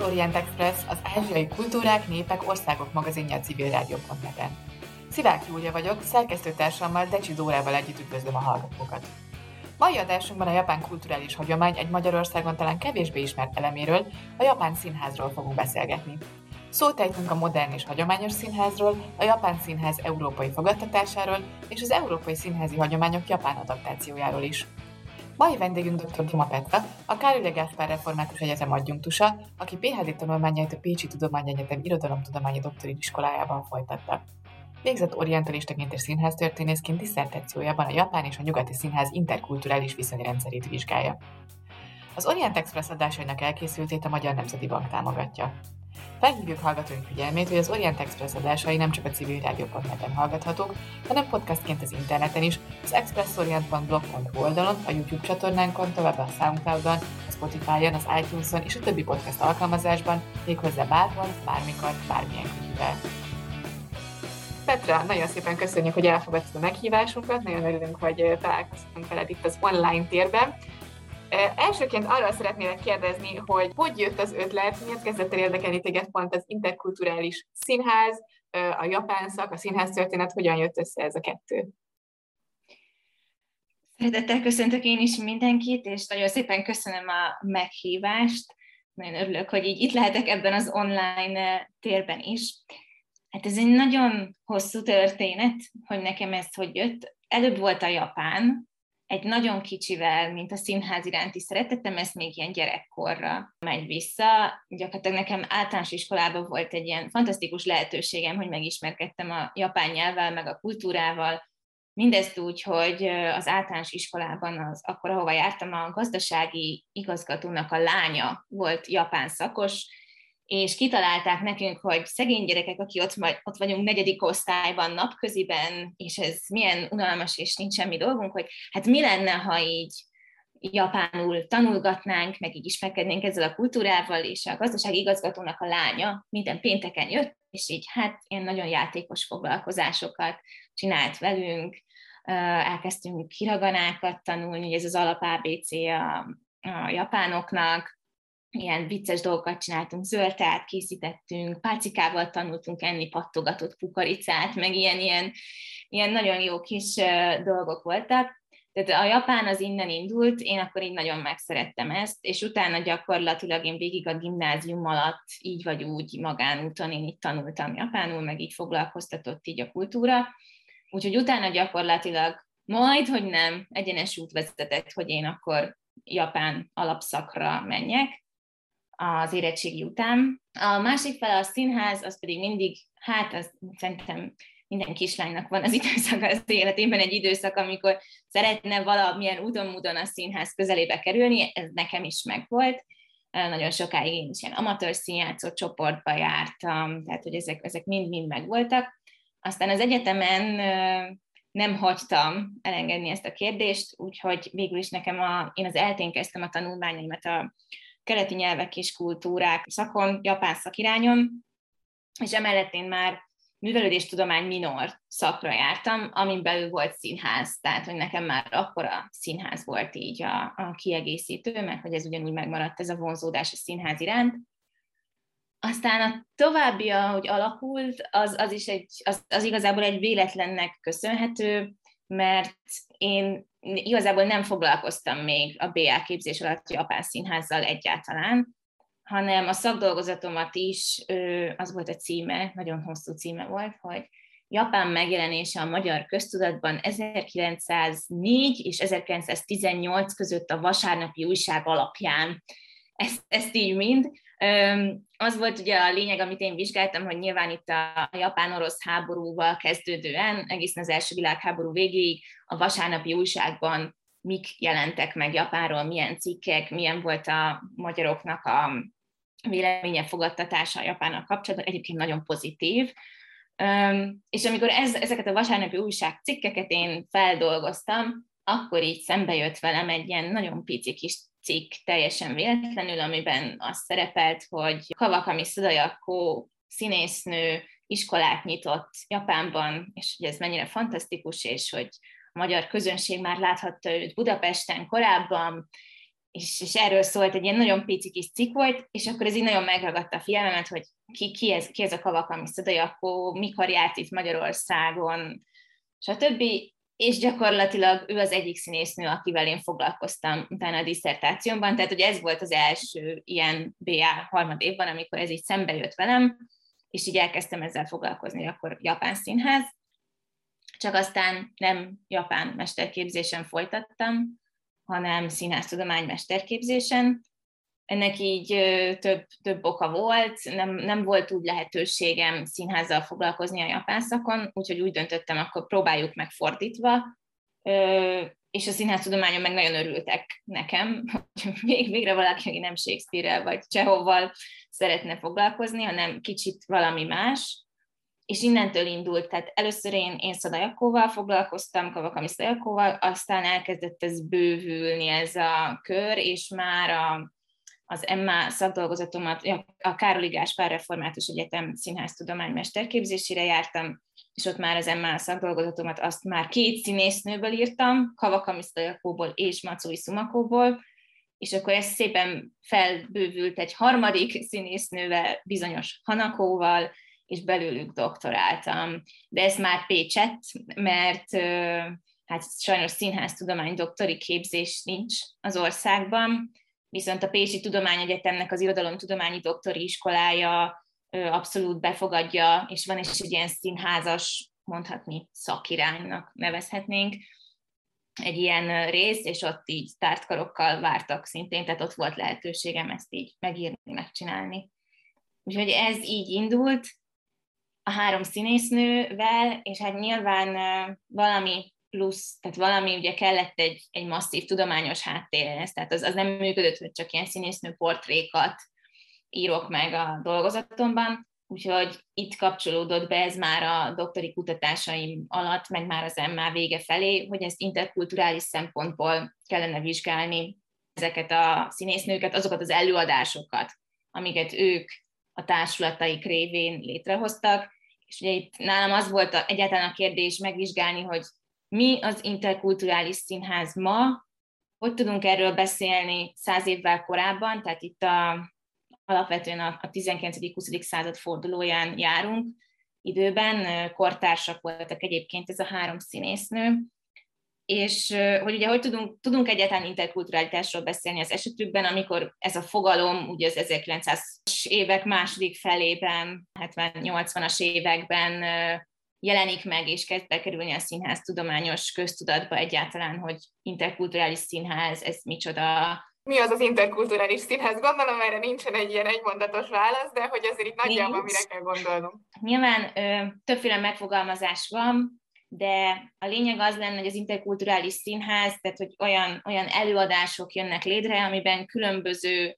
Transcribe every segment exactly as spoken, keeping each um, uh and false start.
Orient Express, az ázsiai kultúrák, népek, országok magazinja a civil rádió pont net-en. Szivák Júlia vagyok, szerkesztőtársammal Decsi Dórával együtt üdvözlöm a hallgatókat. Mai adásunkban a japán kulturális hagyomány egy Magyarországon talán kevésbé ismert eleméről, a japán színházról fogunk beszélgetni. Szót ejtünk a modern és hagyományos színházról, a japán színház európai fogadtatásáról és az európai színházi hagyományok japán adaptációjáról is. Mai vendégünk dr. Duma Petra, a Károly Gáspár Református Egyetem adjunktusa, aki pé há dé tanulmányait a Pécsi Tudományegyetem Irodalomtudományi Doktori Iskolájában folytatta. Végzett orientalistaként és színháztörténészként disszertációjában a japán és a nyugati színház interkulturális viszonyrendszerét vizsgálja. Az Orient Express adásainak elkészültét a Magyar Nemzeti Bank támogatja. Felhívjuk hallgatóink figyelmét, hogy az Orient Express adásai nem csak a civil rádió pont net-en hallgathatók, hanem podcastként az interneten is, az expressorient pont blog pont hu oldalon, a YouTube csatornánkon, továbbá a Soundcloudon, a Spotify-on, az iTunes-on és a többi podcast alkalmazásban, méghozzá bárhol, bármikor, bármilyen kütyűvel. Petra, nagyon szépen köszönjük, hogy elfogadtad a meghívásunkat, nagyon örülünk, hogy találkoztunk veled itt az online térben. Elsőként arról szeretnélek kérdezni, hogy hogy jött az ötlet, miért kezdett el érdekelni téged pont az interkulturális színház, a japán szak, a színháztörténet, hogyan jött össze ez a kettő? Szeretettel köszöntök én is mindenkit, és nagyon szépen köszönöm a meghívást. Nagyon örülök, hogy így itt lehetek ebben az online térben is. Hát ez egy nagyon hosszú történet, hogy nekem ez hogy jött. Előbb volt a Japán, egy nagyon kicsivel, mint a színház iránti szeretetem, ez még ilyen gyerekkorra megy vissza. Gyakorlatilag nekem általános iskolában volt egy ilyen fantasztikus lehetőségem, hogy megismerkedtem a japán nyelvvel, meg a kultúrával. Mindezt úgy, hogy az általános iskolában, az, akkor ahova jártam, a gazdasági igazgatónak a lánya volt japán szakos, és kitalálták nekünk, hogy szegény gyerekek, aki ott, ott vagyunk negyedik osztályban, napköziben, és ez milyen unalmas, és nincs semmi dolgunk, hogy hát mi lenne, ha így japánul tanulgatnánk, meg így ismerkednénk ezzel a kultúrával, és a gazdasági igazgatónak a lánya minden pénteken jött, és így hát ilyen nagyon játékos foglalkozásokat csinált velünk, elkezdtünk hiraganákat tanulni, ugye ez az alap á bé cé a, a japánoknak, ilyen vicces dolgokat csináltunk, zöld teát készítettünk, pálcikával tanultunk enni pattogatott kukoricát, meg ilyen, ilyen, ilyen nagyon jó kis dolgok voltak. Tehát a japán az innen indult, én akkor így nagyon megszerettem ezt, és utána gyakorlatilag én végig a gimnázium alatt így vagy úgy magánúton én így tanultam japánul, meg így foglalkoztatott így a kultúra. Úgyhogy utána gyakorlatilag majd, hogy nem, egyenes út vezetett, hogy én akkor japán alapszakra menjek az érettségi után. A másik fele a színház, az pedig mindig, hát az, szerintem minden kislánynak van az időszak az életében egy időszak, amikor szeretne valamilyen úton-módon a színház közelébe kerülni, ez nekem is megvolt. Nagyon sokáig én is ilyen amatőr színjátszó csoportba jártam, tehát hogy ezek, ezek mind-mind megvoltak. Aztán az egyetemen nem hagytam elengedni ezt a kérdést, úgyhogy végül is nekem a, én az eltén kezdtem a tanulmányaimat a keleti nyelvek és kultúrák szakon, japán szakirányon, és emellett én már művelődéstudomány minor szakra jártam, amin belül volt színház, tehát hogy nekem már akkor a színház volt így a, a kiegészítő, mert hogy ez ugyanúgy megmaradt ez a vonzódás a színház iránt. Aztán a további, ahogy alakult, az, az is egy, az, az igazából egy véletlennek köszönhető, mert én igazából nem foglalkoztam még a bé á képzés alatt japán színházzal egyáltalán, hanem a szakdolgozatomat is, az volt a címe, nagyon hosszú címe volt, hogy Japán megjelenése a magyar köztudatban ezerkilencszáznégy és ezerkilencszáztizennyolc között a Vasárnapi Újság alapján. Ezt, ezt így mind. Az volt ugye a lényeg, amit én vizsgáltam, hogy nyilván itt a japán-orosz háborúval kezdődően, egészen az első világháború végéig a Vasárnapi Újságban mik jelentek meg Japánról, milyen cikkek, milyen volt a magyaroknak a véleménye, fogadtatása a Japánnal kapcsolatban, egyébként nagyon pozitív. És amikor ez, ezeket a Vasárnapi Újság cikkeket én feldolgoztam, akkor így szembe jött velem egy ilyen nagyon pici kis cikk teljesen véletlenül, amiben az szerepelt, hogy Kawakami Szudajako színésznő iskolát nyitott Japánban, és hogy ez mennyire fantasztikus, és hogy a magyar közönség már láthatta őt Budapesten korábban, és, és erről szólt, egy ilyen nagyon pici kis cikk volt, és akkor ez így nagyon megragadta a figyelmemet, hogy ki, ki, ez, ki ez a Kawakami Sadayako, mikor járt itt Magyarországon, stb. És gyakorlatilag ő az egyik színésznő, akivel én foglalkoztam utána a disszertációmban, tehát hogy ez volt az első ilyen bé á harmad évben, amikor ez így szembe jött velem, és így elkezdtem ezzel foglalkozni, akkor japán színház, csak aztán nem japán mesterképzésen folytattam, hanem színháztudomány mesterképzésen. Ennek így több, több oka volt, nem, nem volt úgy lehetőségem színházzal foglalkozni a japán szakon, úgyhogy úgy döntöttem, akkor próbáljuk meg fordítva, és a színháztudományon meg nagyon örültek nekem, hogy még végre valaki, aki nem Shakespeare-rel vagy Csehovval szeretne foglalkozni, hanem kicsit valami más. És innentől indult, tehát először én, én Sadayakóval foglalkoztam, Kawakami Sadayakóval, aztán elkezdett ez bővülni ez a kör, és már a, az em á szakdolgozatomat, a Károli Gáspár Református Egyetem színháztudomány mesterképzésére jártam, és ott már az em á szakdolgozatomat azt már két színésznőből írtam, Kawakami Sadayakóból és Matsui Sumakóból, és akkor ez szépen felbővült egy harmadik színésznővel, bizonyos Hanakóval, és belőlük doktoráltam. De ez már Pécsett, mert hát sajnos színháztudomány doktori képzés nincs az országban, viszont a Pécsi Tudományegyetemnek az irodalomtudományi doktori iskolája abszolút befogadja, és van is egy ilyen színházas, mondhatni szakiránynak nevezhetnénk, egy ilyen rész, és ott így tártkarokkal vártak szintén, tehát ott volt lehetőségem ezt így megírni, megcsinálni. Úgyhogy ez így indult a három színésznővel, és hát nyilván valami plusz, tehát valami ugye kellett egy, egy masszív tudományos háttérhez, tehát az, az nem működött, hogy csak ilyen színésznő portrékat írok meg a dolgozatomban, úgyhogy itt kapcsolódott be ez már a doktori kutatásaim alatt, meg már az em á vége felé, hogy ezt interkulturális szempontból kellene vizsgálni ezeket a színésznőket, azokat az előadásokat, amiket ők a társulataik révén létrehoztak, és ugye itt nálam az volt a, egyáltalán a kérdés megvizsgálni, hogy mi az interkulturális színház ma, hogy tudunk erről beszélni száz évvel korábban, tehát itt a, alapvetően a, a tizenkilencedik-huszadik század fordulóján járunk időben, kortársak voltak egyébként ez a három színésznő, és hogy ugye hogy tudunk, tudunk egyáltalán interkulturalitásról beszélni az esetükben, amikor ez a fogalom ugye az ezerkilencszázas évek második felében, hetven-nyolcvanas években jelenik meg, és kezd bekerülni a színház tudományos köztudatba egyáltalán, hogy interkulturális színház, ez micsoda. Mi az az interkulturális színház? Gondolom, erre nincsen egy ilyen egymondatos válasz, de hogy azért itt nagyjából mire kell gondolnom. Nyilván ö, többféle megfogalmazás van, de a lényeg az lenne, hogy az interkulturális színház, tehát hogy olyan, olyan előadások jönnek létre, amiben különböző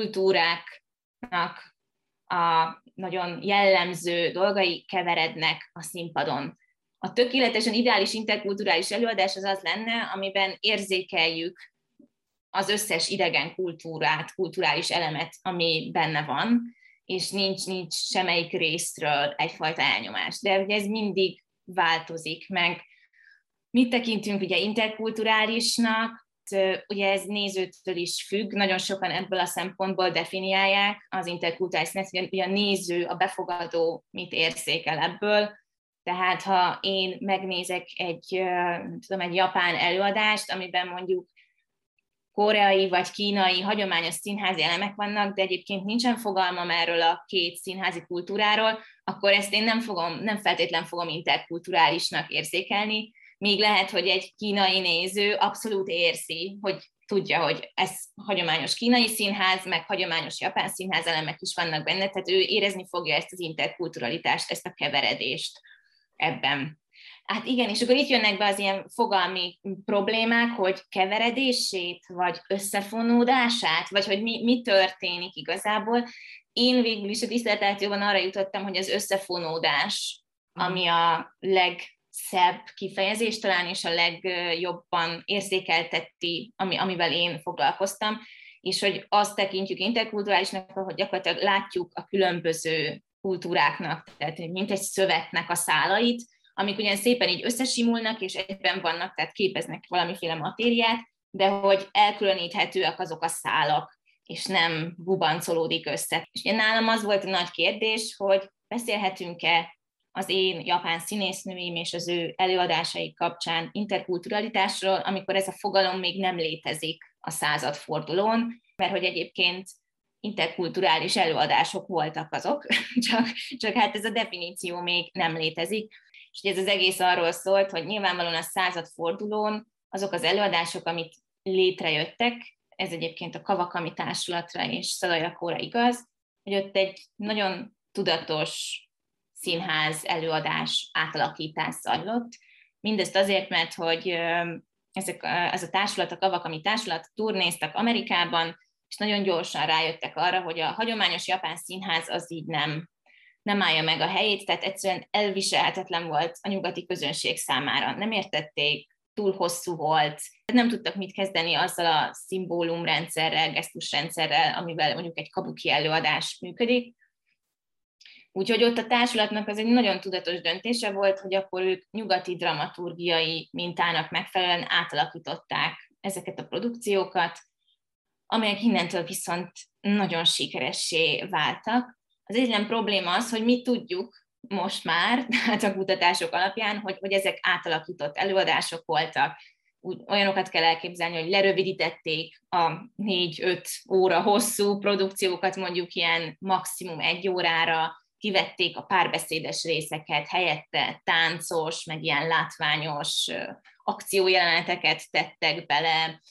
kultúráknak a nagyon jellemző dolgai keverednek a színpadon. A tökéletesen ideális interkulturális előadás az az lenne, amiben érzékeljük az összes idegen kultúrát, kulturális elemet, ami benne van, és nincs, nincs semmelyik részről egyfajta elnyomás. De ugye ez mindig változik meg. Mit tekintünk ugye interkulturálisnak? Ugye ez nézőtől is függ, nagyon sokan ebből a szempontból definiálják az interkulturális színház, hogy a néző, a befogadó mit érzékel ebből. Tehát ha én megnézek egy, tudom, egy japán előadást, amiben mondjuk koreai vagy kínai hagyományos színházi elemek vannak, de egyébként nincsen fogalmam erről a két színházi kultúráról, akkor ezt én nem, fogom, nem feltétlen fogom interkulturálisnak érzékelni, míg lehet, hogy egy kínai néző abszolút érzi, hogy tudja, hogy ez hagyományos kínai színház, meg hagyományos japán színház elemek is vannak benne, tehát ő érezni fogja ezt az interkulturalitást, ezt a keveredést ebben. Hát igen, és akkor itt jönnek be az ilyen fogalmi problémák, hogy keveredését, vagy összefonódását, vagy hogy mi, mi történik igazából. Én végül is a disszertációban arra jutottam, hogy az összefonódás, ami a legszebb kifejezés talán, és a legjobban érzékelteti, ami, amivel én foglalkoztam, és hogy azt tekintjük interkulturálisnak, hogy gyakorlatilag látjuk a különböző kultúráknak, tehát mint egy szövetnek a szálait, amik ugyan szépen így összesimulnak, és egyben vannak, tehát képeznek valamiféle matériát, de hogy elkülöníthetőek azok a szálak, és nem gubancolódik össze. És ugye nálam az volt a nagy kérdés, hogy beszélhetünk-e az én japán színésznőim és az ő előadásaik kapcsán interkulturalitásról, amikor ez a fogalom még nem létezik a századfordulón, mert hogy egyébként interkulturális előadások voltak azok, csak, csak hát ez a definíció még nem létezik. És ez az egész arról szólt, hogy nyilvánvalóan a századfordulón azok az előadások, amit létrejöttek, ez egyébként a Kawakami Társulatra és Szadajakóra igaz, hogy ott egy nagyon tudatos színház előadás átalakítás zajlott. Mindezt azért, mert hogy ezek, ez a társulat, a Kawakami Társulat turnéztak Amerikában, és nagyon gyorsan rájöttek arra, hogy a hagyományos japán színház az így nem, nem állja meg a helyét, tehát egyszerűen elviselhetetlen volt a nyugati közönség számára. Nem értették, túl hosszú volt, nem tudtak mit kezdeni azzal a szimbólumrendszerrel, gesztusrendszerrel, amivel mondjuk egy kabuki előadás működik. Úgyhogy ott a társulatnak az egy nagyon tudatos döntése volt, hogy akkor ők nyugati dramaturgiai mintának megfelelően átalakították ezeket a produkciókat, amelyek innentől viszont nagyon sikeressé váltak. Az egyetlen probléma az, hogy mi tudjuk most már, tehát a kutatások alapján, hogy, hogy ezek átalakított előadások voltak. Úgy, olyanokat kell elképzelni, hogy lerövidítették a négy-öt óra hosszú produkciókat mondjuk ilyen maximum egy órára, kivették a párbeszédes részeket, helyette táncos, meg ilyen látványos akciójeleneteket tettek bele.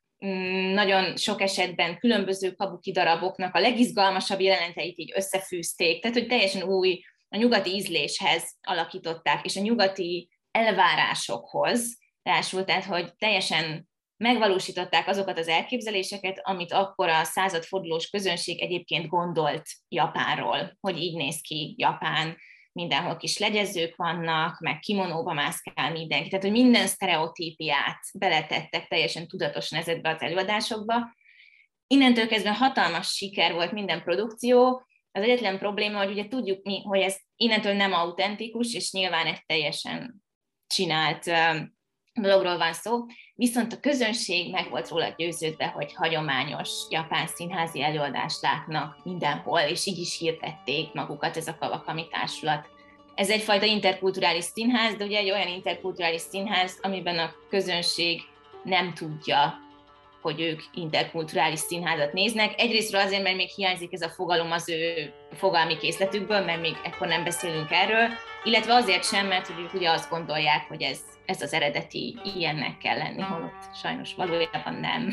Nagyon sok esetben különböző kabuki daraboknak a legizgalmasabb jeleneteit így összefűzték, tehát hogy teljesen új, a nyugati ízléshez alakították, és a nyugati elvárásokhoz társul, tehát hogy teljesen megvalósították azokat az elképzeléseket, amit akkor a századfordulós közönség egyébként gondolt Japánról, hogy így néz ki Japán, mindenhol kis legyezők vannak, meg kimonóba mászkál mindenki, tehát hogy minden sztereotípiát beletettek teljesen tudatosan ezekbe az előadásokba. Innentől kezdve hatalmas siker volt minden produkció. Az egyetlen probléma, hogy ugye tudjuk mi, hogy ez innentől nem autentikus, és nyilván egy teljesen csinált dologról van szó, viszont a közönség meg volt róla győződve, hogy hagyományos japán színházi előadást látnak mindenhol, és így is hirdették magukat, ez a Kawakami Társulat. Ez egyfajta interkulturális színház, de ugye egy olyan interkulturális színház, amiben a közönség nem tudja, hogy ők interkulturális színházat néznek. Egyrésztről azért, mert még hiányzik ez a fogalom az ő fogalmi készletükből, mert még ekkor nem beszélünk erről, illetve azért sem, mert hogy ők ugye azt gondolják, hogy ez, ez az eredeti, ilyennek kell lenni, holott sajnos valójában nem.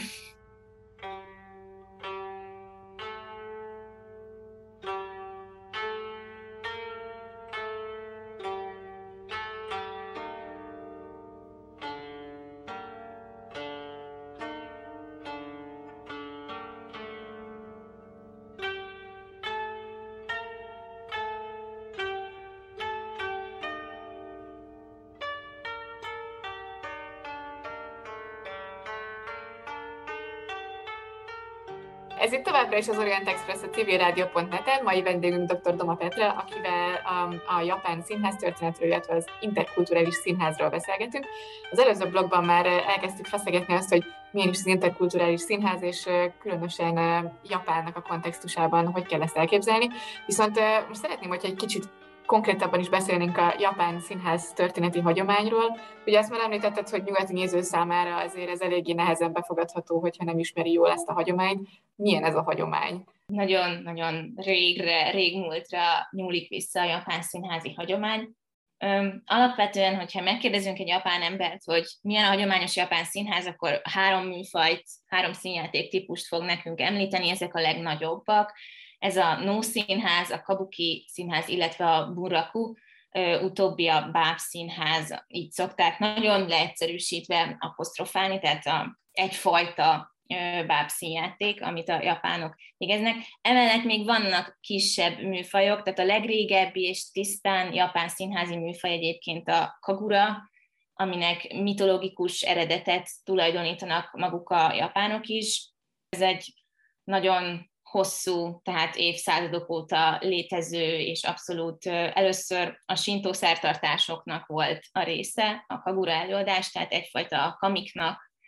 Ez itt továbbra is az Orient Express a civil rádió pont net-en, mai vendégünk dr. Doma Petra, akivel a, a japán színház történetről, illetve az interkulturális színházról beszélgetünk. Az előző blogban már elkezdtük feszegetni azt, hogy milyen is az interkulturális színház, és különösen Japánnak a kontextusában hogy kell ezt elképzelni. Viszont most szeretném, hogyha egy kicsit konkrétabban is beszélnénk a japán színház történeti hagyományról. Ugye azt már említetted, hogy nyugati néző számára azért ez eléggé nehezen befogadható, hogyha nem ismeri jól ezt a hagyományt. Milyen ez a hagyomány? Nagyon-nagyon régre, régmúltra nyúlik vissza a japán színházi hagyomány. Alapvetően, hogyha megkérdezünk egy japán embert, hogy milyen a hagyományos japán színház, akkor három műfajt, három színjáték típust fog nekünk említeni, ezek a legnagyobbak. Ez a no színház, a kabuki színház, illetve a bunraku, utóbbi a báb színház, így szokták nagyon leegyszerűsítve apostrofálni, tehát a, egyfajta báb színjáték, amit a japánok végeznek. Emellett még vannak kisebb műfajok, tehát a legrégebbi és tisztán japán színházi műfaj egyébként a kagura, aminek mitológikus eredetet tulajdonítanak maguk a japánok is. Ez egy nagyon hosszú, tehát évszázadok óta létező, és abszolút először a sintó szertartásoknak volt a része, a kagura előadás, tehát egyfajta a kamiknak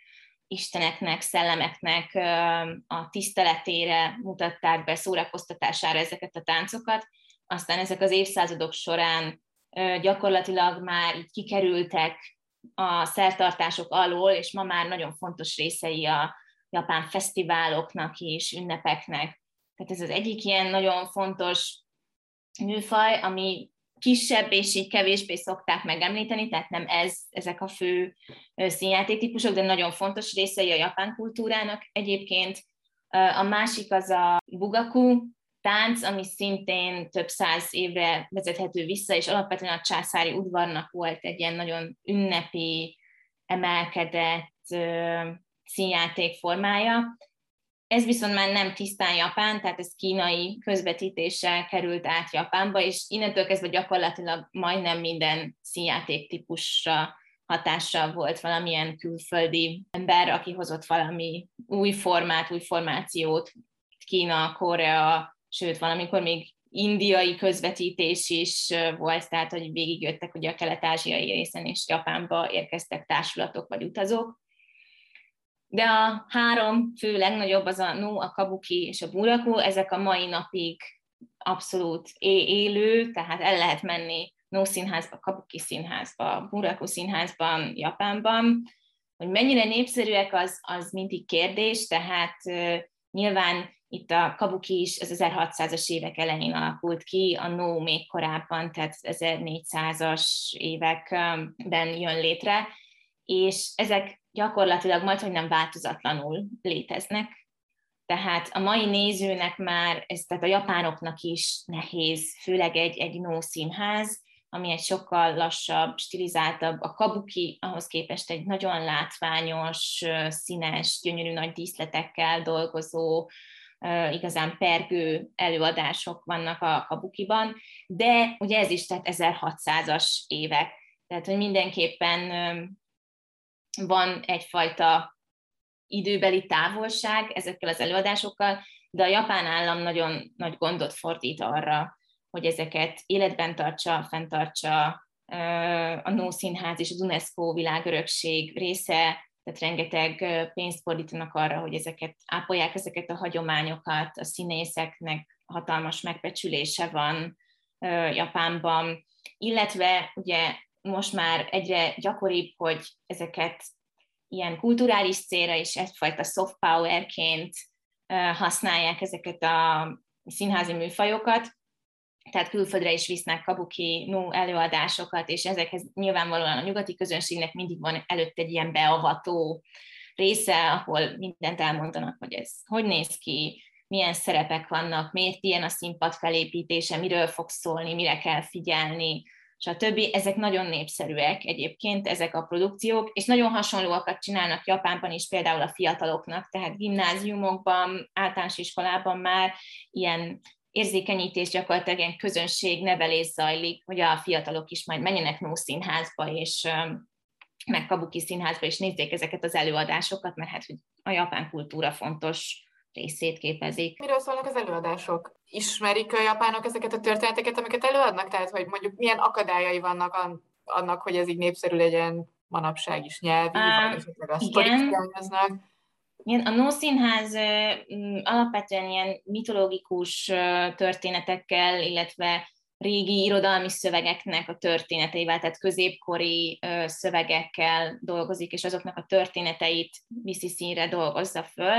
isteneknek, szellemeknek a tiszteletére mutatták be, szórakoztatására ezeket a táncokat. Aztán ezek az évszázadok során gyakorlatilag már így kikerültek a szertartások alól, és ma már nagyon fontos részei a japán fesztiváloknak és ünnepeknek. Tehát ez az egyik ilyen nagyon fontos műfaj, ami kisebb és így kevésbé szokták megemlíteni, tehát nem ez, ezek a fő színjátéktípusok, de nagyon fontos részei a japán kultúrának egyébként. A másik az a bugaku tánc, ami szintén több száz évre vezethető vissza, és alapvetően a császári udvarnak volt egy ilyen nagyon ünnepi, emelkedett színjáték formája. Ez viszont már nem tisztán japán, tehát ez kínai közvetítéssel került át Japánba, és innentől kezdve gyakorlatilag majdnem minden színjáték típusra hatással volt valamilyen külföldi ember, aki hozott valami új formát, új formációt, Kína, Korea, sőt valamikor még indiai közvetítés is volt, tehát hogy végigjöttek ugye a kelet-ázsiai részen, és Japánba érkeztek társulatok vagy utazók. De a három fő legnagyobb az a no, a kabuki és a buraku, ezek a mai napig abszolút élő, tehát el lehet menni no színházba, kabuki színházba, buraku színházban, Japánban. Hogy mennyire népszerűek, az, az mindig kérdés, tehát uh, nyilván itt a kabuki is az ezerhatszázas évek elején alakult ki, a no még korábban, tehát ezernégyszázas években jön létre, és ezek gyakorlatilag majdhogy nem változatlanul léteznek. Tehát a mai nézőnek már, ez, tehát a japánoknak is nehéz, főleg egy, egy no színház, ami egy sokkal lassabb, stilizáltabb, a kabuki ahhoz képest egy nagyon látványos, színes, gyönyörű nagy díszletekkel dolgozó, igazán pergő előadások vannak a kabukiban, de ugye ez is tehát ezerhatszázas évek, tehát hogy mindenképpen van egyfajta időbeli távolság ezekkel az előadásokkal, de a japán állam nagyon nagy gondot fordít arra, hogy ezeket életben tartsa, fenntartsa. A no színház és az UNESCO világörökség része, tehát rengeteg pénzt fordítanak arra, hogy ezeket ápolják, ezeket a hagyományokat, a színészeknek hatalmas megbecsülése van Japánban, illetve ugye most már egyre gyakoribb, hogy ezeket ilyen kulturális célra és egyfajta soft powerként használják ezeket a színházi műfajokat, tehát külföldre is visznek kabuki no előadásokat, és ezekhez nyilvánvalóan a nyugati közönségnek mindig van előtt egy ilyen beavató része, ahol mindent elmondanak, hogy ez hogy néz ki, milyen szerepek vannak, miért ilyen a színpad felépítése, miről fog szólni, mire kell figyelni, stb. Ezek nagyon népszerűek egyébként, ezek a produkciók, és nagyon hasonlóakat csinálnak Japánban is, például a fiataloknak, tehát gimnáziumokban, általános iskolában már ilyen érzékenyítés, gyakorlatilag ilyen közönségnevelés zajlik, hogy a fiatalok is majd menjenek no színházba, és meg kabuki színházba, és nézzék ezeket az előadásokat, mert hát hogy a japán kultúra fontos részét képezik. Miről szólnak az előadások? Ismerik a japánok ezeket a történeteket, amiket előadnak? Tehát, hogy mondjuk milyen akadályai vannak annak, hogy ez így népszerű legyen manapság is, nyelvi, uh, vagy esetleg a sztorik hiányoznak? Igen, a no színház alapvetően ilyen mitológikus történetekkel, illetve régi irodalmi szövegeknek a történeteivel, tehát középkori szövegekkel dolgozik, és azoknak a történeteit viszi színre, dolgozza föl.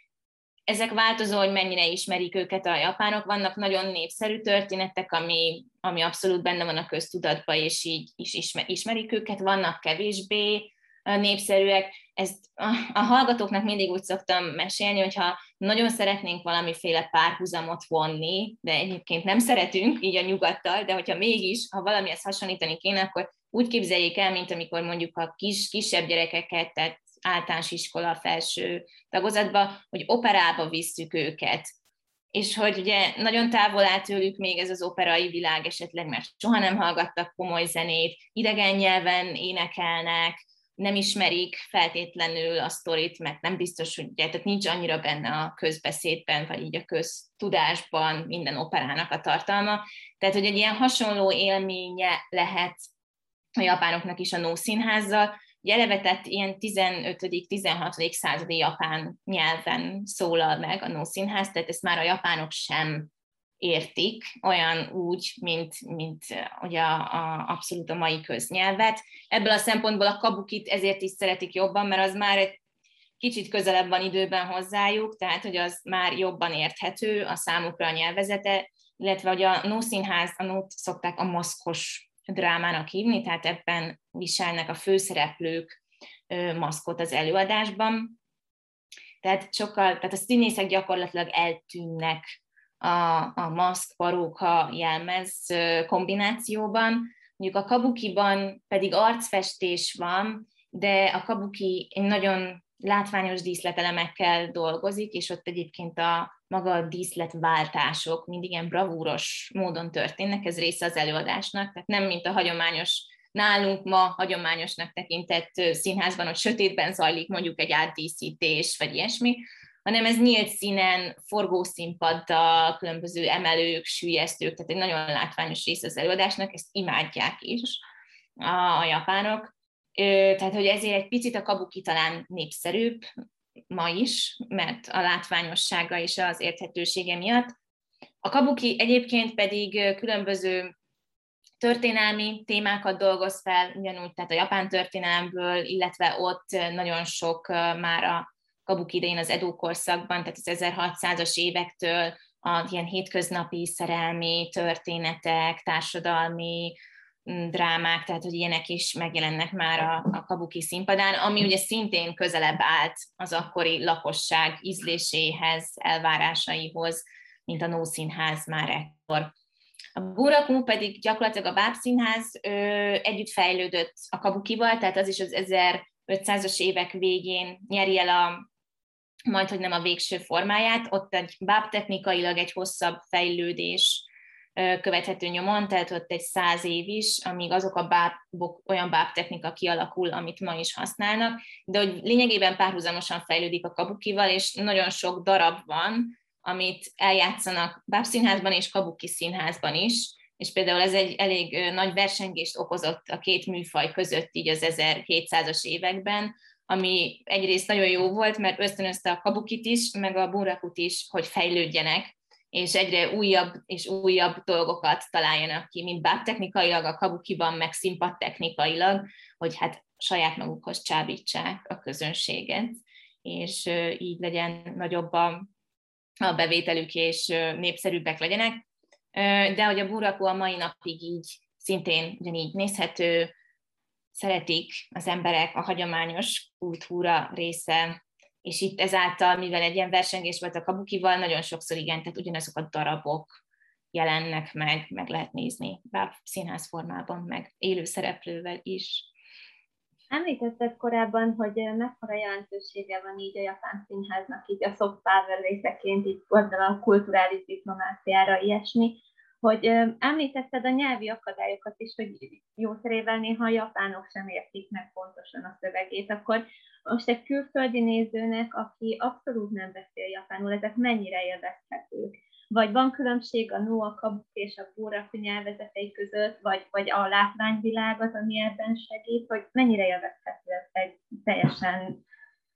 Ezek változó, hogy mennyire ismerik őket a japánok. Vannak nagyon népszerű történetek, ami, ami abszolút benne van a köztudatban, és így is ismer, ismerik őket. Vannak kevésbé népszerűek. Ezt a, a hallgatóknak mindig úgy szoktam mesélni, hogyha nagyon szeretnénk valamiféle párhuzamot vonni, de egyébként nem szeretünk így a nyugattal, de hogyha mégis, ha valamihez hasonlítani kéne, akkor úgy képzeljék el, mint amikor mondjuk a kis, kisebb gyerekeket, tehát általános iskola felső tagozatba, hogy operába visszük őket. És hogy ugye nagyon távol áll tőlük még ez az operai világ esetleg, mert soha nem hallgattak komoly zenét, idegen nyelven énekelnek, nem ismerik feltétlenül a sztorit, mert nem biztos, hogy ugye, tehát nincs annyira benne a közbeszédben, vagy így a köztudásban minden operának a tartalma. Tehát, hogy egy ilyen hasonló élménye lehet a japánoknak is a no színházzal, eleve tehát ilyen tizenötödik-tizenhatodik századi japán nyelven szólal meg a nószínház, tehát ezt már a japánok sem értik olyan úgy, mint, mint ugye a, a, abszolút a mai köznyelvet. Ebből a szempontból a kabukit ezért is szeretik jobban, mert az már egy kicsit közelebb van időben hozzájuk, tehát hogy az már jobban érthető a számukra a nyelvezete, illetve hogy a nószínház, a nót szokták a maszkos drámának hívni, tehát ebben viselnek a főszereplők maszkot az előadásban. Tehát sokkal, tehát a színészek gyakorlatilag eltűnnek a, a maszk, paróka, jelmez kombinációban. Mondjuk a kabukiban pedig arcfestés van, de a kabuki nagyon látványos díszletelemekkel dolgozik, és ott egyébként a maga a díszletváltások mindig ilyen bravúros módon történnek, ez része az előadásnak, tehát nem mint a hagyományos, nálunk ma hagyományosnak tekintett színházban, hogy sötétben zajlik mondjuk egy átdíszítés, vagy ilyesmi, hanem ez nyílt színen, forgószínpaddal, különböző emelők, süllyesztők, tehát egy nagyon látványos része az előadásnak, ezt imádják is a, a japánok. Tehát, hogy ezért egy picit a kabuki talán népszerűbb ma is, mert a látványossága és az érthetősége miatt. A kabuki egyébként pedig különböző történelmi témákat dolgoz fel, ugyanúgy, tehát a japán történelemből, illetve ott nagyon sok már a kabuki idején az Edo korszakban, tehát az ezerhatszázas évektől a ilyen hétköznapi szerelmi történetek, társadalmi drámák, tehát hogy ilyenek is megjelennek már a, a kabuki színpadán, ami ugye szintén közelebb állt az akkori lakosság ízléséhez, elvárásaihoz, mint a nószínház már ekkor. A Bunraku pedig gyakorlatilag a bábszínház ö, együtt fejlődött a kabukival, tehát az is az ezerötszázas évek végén nyeri el a majd, hogy nem a végső formáját, ott egy bábtechnikailag egy hosszabb fejlődés követhető nyomon, tehát ott egy száz év is, amíg azok a bábok, olyan bábtechnika kialakul, amit ma is használnak, de hogy lényegében párhuzamosan fejlődik a kabukival, és nagyon sok darab van, amit eljátszanak bábszínházban és kabuki színházban is, és például ez egy elég nagy versengést okozott a két műfaj között így az ezerhétszázas években, ami egyrészt nagyon jó volt, mert ösztönözte a kabukit is, meg a bunrakut is, hogy fejlődjenek, és egyre újabb és újabb dolgokat találjanak ki, mint bábtechnikailag a kabukiban, meg színpadtechnikailag, hogy hát saját magukhoz csábítsák a közönséget, és így legyen nagyobb a, a bevételük, és népszerűbbek legyenek. De hogy a bunraku a mai napig így szintén ugyanígy nézhető, szeretik az emberek, a hagyományos kultúra része, és itt ezáltal, mivel egy ilyen versengés volt a kabukival, nagyon sokszor igen, tehát ugyanazok a darabok jelennek meg, meg lehet nézni, bár színház formában, meg élő szereplővel is. Említetted korábban, hogy mekkora jelentősége van így a japán színháznak, így a soft power részeként, így a kulturális diplomáciára, ilyesmi, hogy említetted a nyelvi akadályokat is, hogy jószerével néha a japánok sem értik meg pontosan a szövegét, akkor most egy külföldi nézőnek, aki abszolút nem beszél japánul, ezek mennyire élvezhetők? Vagy van különbség a no, a kabuki és a bunraku nyelvezetei között, vagy, vagy a látványvilágot, ami ebben segít, hogy mennyire élvezhető ez egy teljesen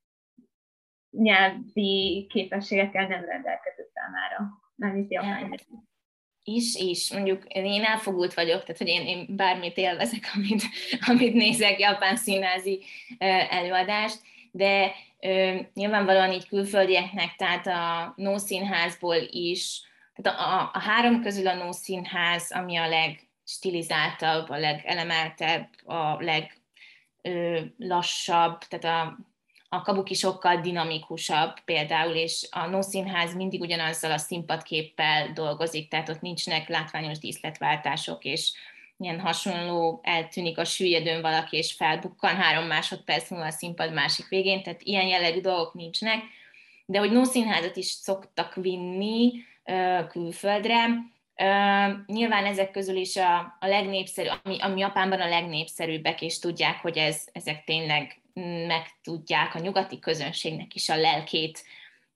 nyelvi képességekkel nem rendelkező számára? Nem is japán. Is, is. Mondjuk én elfogult vagyok, tehát hogy én, én bármit élvezek, amit, amit nézek, japán színházi előadást, de ö, nyilvánvalóan így külföldieknek, tehát a nószínházból is, tehát a, a, a három közül a nószínház, ami a legstilizáltabb, a legelemeltebb, a leglassabb, tehát a A kabuki sokkal dinamikusabb például, és a nószínház mindig ugyanazzal a színpadképpel dolgozik, tehát ott nincsnek látványos díszletváltások, és ilyen hasonló, eltűnik a süllyedőn valaki, és felbukkan három másodperc múlva a színpad másik végén, tehát ilyen jellegű dolgok nincsnek, de hogy nószínházat is szoktak vinni uh, külföldre, uh, nyilván ezek közül is a, a legnépszerű, ami, ami Japánban a legnépszerűbbek, és tudják, hogy ez, ezek tényleg meg tudják a nyugati közönségnek is a lelkét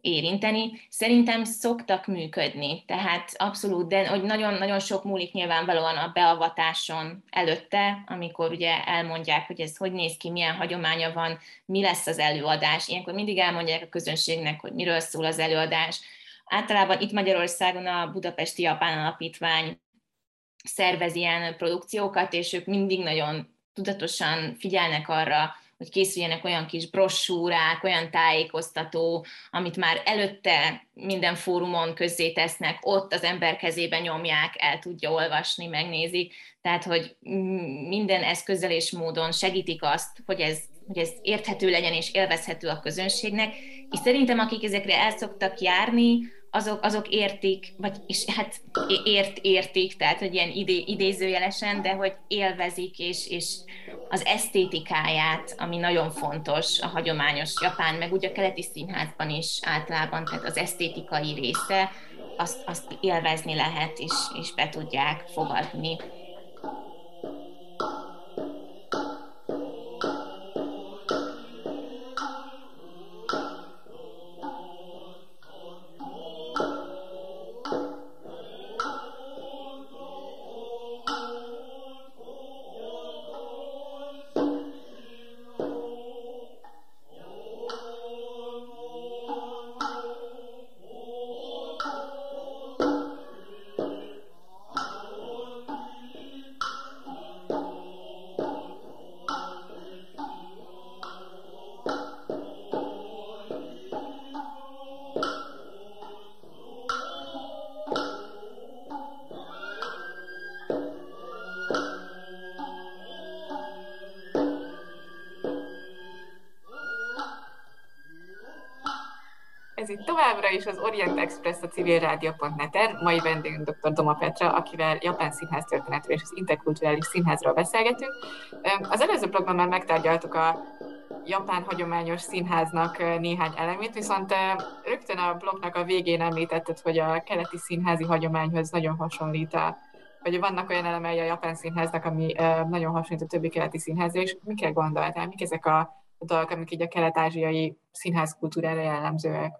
érinteni. Szerintem szoktak működni, tehát abszolút, de hogy nagyon-nagyon sok múlik nyilvánvalóan a beavatáson előtte, amikor ugye elmondják, hogy ez hogy néz ki, milyen hagyománya van, mi lesz az előadás. Ilyenkor mindig elmondják a közönségnek, hogy miről szól az előadás. Általában itt Magyarországon a Budapesti Japán Alapítvány szervez ilyen produkciókat, és ők mindig nagyon tudatosan figyelnek arra, hogy készüljenek olyan kis brossúrák, olyan tájékoztató, amit már előtte minden fórumon közzétesznek, ott az ember kezében nyomják, el tudja olvasni, megnézik. Tehát, hogy minden eszközzel és módon segítik azt, hogy ez, hogy ez érthető legyen és élvezhető a közönségnek. És szerintem, akik ezekre el szoktak járni, azok, azok értik, vagy és hát ért, értik, tehát hogy ilyen idé, idézőjelesen, de hogy élvezik, és, és az esztétikáját, ami nagyon fontos a hagyományos japán, meg úgy a keleti színházban is általában, tehát az esztétikai része, azt, azt élvezni lehet, és, és be tudják fogadni. Ez itt továbbra is az Orient Express a civil rádió pont net-en. Mai vendégünk dr. Doma Petra, akivel japán színház történetről és az interkulturális színházról beszélgetünk. Az előző blogban már megtárgyaltuk a japán hagyományos színháznak néhány elemét, viszont rögtön a blognak a végén említetted, hogy a keleti színházi hagyományhoz nagyon hasonlít a, vagy vannak olyan elemei a japán színháznak, ami nagyon hasonlít a többi keleti színházra, és mikre gondoltál? Mik ezek a dolgok, amik így a kelet-ázsiai színházkultúrára jellemzőek?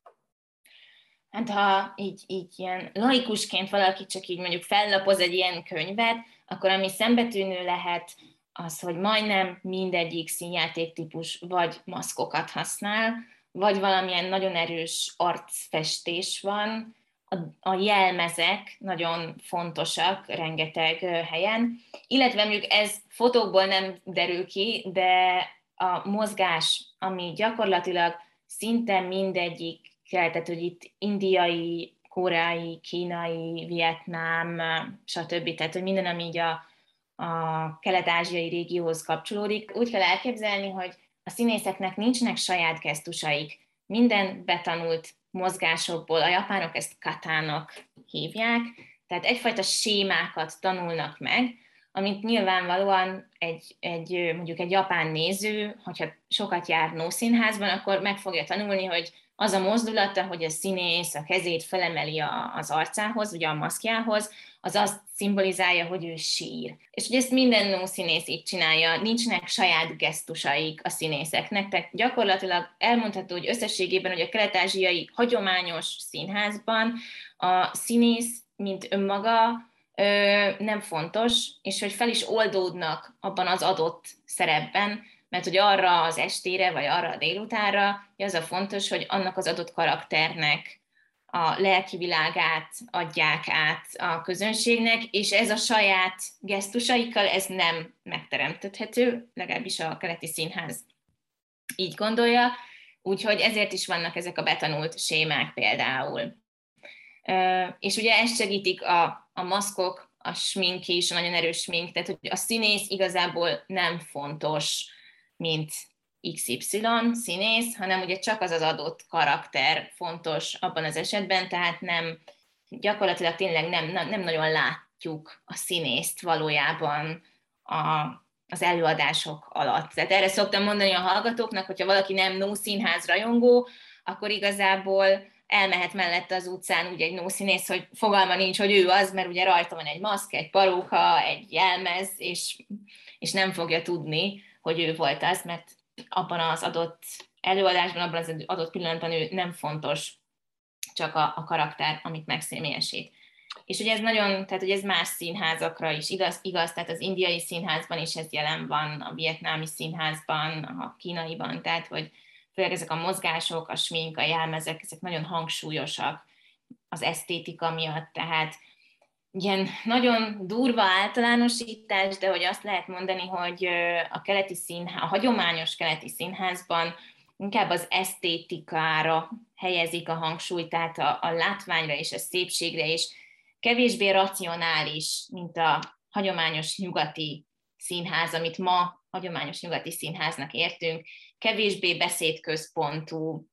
Hát ha így, így ilyen laikusként valaki csak így mondjuk fellapoz egy ilyen könyvet, akkor ami szembetűnő lehet az, hogy majdnem mindegyik színjátéktípus vagy maszkokat használ, vagy valamilyen nagyon erős arcfestés van, a, a jelmezek nagyon fontosak rengeteg helyen, illetve mondjuk ez fotókból nem derül ki, de a mozgás, ami gyakorlatilag szinte mindegyik, tehát hogy itt indiai, koreai, kínai, vietnám, stb. Tehát, hogy minden, ami így a, a kelet-ázsiai régióhoz kapcsolódik, úgy kell elképzelni, hogy a színészeknek nincsenek saját gesztusaik. Minden betanult mozgásokból, a japánok ezt katának hívják, tehát egyfajta sémákat tanulnak meg, amit nyilvánvalóan egy, egy, mondjuk egy japán néző, hogyha sokat jár nószínházban, akkor meg fogja tanulni, hogy az a mozdulata, hogy a színész a kezét felemeli a, az arcához, ugye a maszkjához, az azt szimbolizálja, hogy ő sír. És hogy ezt minden nószínész így csinálja, nincsenek saját gesztusaik a színészeknek, tehát gyakorlatilag elmondható, hogy összességében, hogy a kelet-ázsiai hagyományos színházban a színész, mint önmaga, Ö, nem fontos, és hogy fel is oldódnak abban az adott szerepben, mert hogy arra az estére, vagy arra a délutánra, az a fontos, hogy annak az adott karakternek a lelki világát adják át a közönségnek, és ez a saját gesztusaikkal ez nem megteremthető, legalábbis a keleti színház így gondolja, úgyhogy ezért is vannak ezek a betanult sémák például. És ugye ezt segítik a, a maszkok, a smink is, a nagyon erős smink, tehát hogy a színész igazából nem fontos, mint iksz ipszilon színész, hanem ugye csak az az adott karakter fontos abban az esetben, tehát nem, gyakorlatilag tényleg nem, nem, nem nagyon látjuk a színészt valójában a, az előadások alatt. Tehát erre szoktam mondani a hallgatóknak, hogyha valaki nem nószínház rajongó, akkor igazából elmehet mellette az utcán ugye egy nószínész, hogy fogalma nincs, hogy ő az, mert ugye rajta van egy maszk, egy paróka, egy jelmez, és, és nem fogja tudni, hogy ő volt az, mert abban az adott előadásban, abban az adott pillanatban ő nem fontos, csak a, a karakter, amit megszemélyesít. És ugye ez nagyon, tehát ugye ez más színházakra is igaz, igaz, tehát az indiai színházban is ez jelen van, a vietnámi színházban, a kínaiban, tehát hogy főleg ezek a mozgások, a smink, a jelmezek, ezek nagyon hangsúlyosak az esztétika miatt, tehát ilyen nagyon durva általánosítás, de hogy azt lehet mondani, hogy a keleti színház, a hagyományos keleti színházban inkább az esztétikára helyezik a hangsúlyt, tehát a, a látványra és a szépségre, és kevésbé racionális, mint a hagyományos nyugati színház, amit ma hagyományos nyugati színháznak értünk, kevésbé beszédközpontú,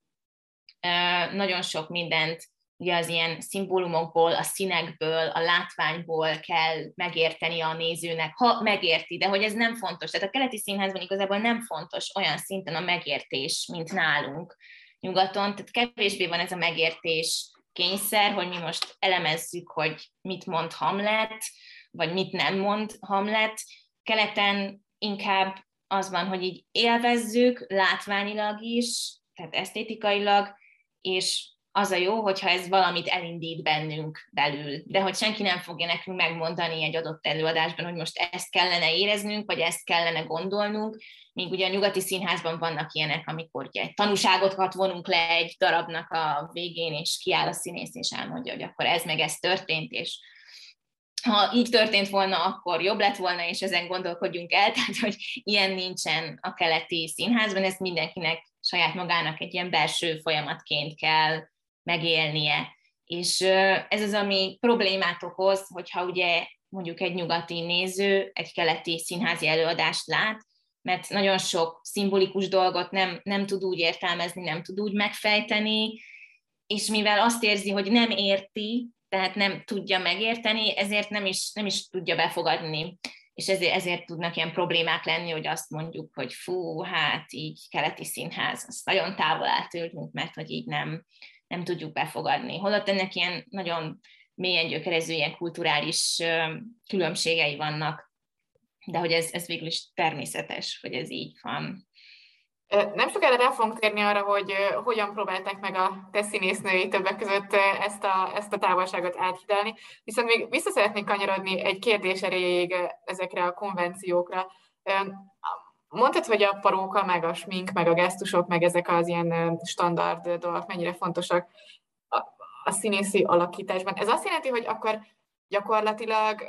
nagyon sok mindent ugye az ilyen szimbólumokból, a színekből, a látványból kell megérteni a nézőnek, ha megérti, de hogy ez nem fontos. Tehát a keleti színházban igazából nem fontos olyan szinten a megértés, mint nálunk nyugaton, tehát kevésbé van ez a megértés kényszer, hogy mi most elemezzük, hogy mit mond Hamlet, vagy mit nem mond Hamlet. Keleten inkább az van, hogy így élvezzük látványilag is, tehát esztétikailag, és az a jó, hogyha ez valamit elindít bennünk belül, de hogy senki nem fogja nekünk megmondani egy adott előadásban, hogy most ezt kellene éreznünk, vagy ezt kellene gondolnunk, míg ugye a nyugati színházban vannak ilyenek, amikor ugye tanúságokat vonunk le egy darabnak a végén, és kiáll a színész, és elmondja, hogy akkor ez meg ez történt, és ha így történt volna, akkor jobb lett volna, és ezen gondolkodjunk el, tehát hogy ilyen nincsen a keleti színházban, ezt mindenkinek saját magának egy ilyen belső folyamatként kell megélnie. És ez az, ami problémát okoz, hogyha ugye mondjuk egy nyugati néző egy keleti színházi előadást lát, mert nagyon sok szimbolikus dolgot nem, nem tud úgy értelmezni, nem tud úgy megfejteni, és mivel azt érzi, hogy nem érti, tehát nem tudja megérteni, ezért nem is, nem is tudja befogadni. És ezért, ezért tudnak ilyen problémák lenni, hogy azt mondjuk, hogy fú, hát így keleti színház, azt nagyon távol áll tőlünk, mert hogy így nem, nem tudjuk befogadni. Holott ennek ilyen nagyon mélyen gyökerező ilyen kulturális különbségei vannak, de hogy ez, ez végül is természetes, hogy ez így van. Nem sokára rá fogunk térni arra, hogy hogyan próbálták meg a te színésznői többek között ezt a, ezt a távolságot áthidalni, viszont még vissza szeretnék kanyarodni egy kérdés erejéig ezekre a konvenciókra. Mondtad, hogy a paróka, meg a smink, meg a gesztusok, meg ezek az ilyen standard dolgok mennyire fontosak a, a színészi alakításban. Ez azt jelenti, hogy akkor gyakorlatilag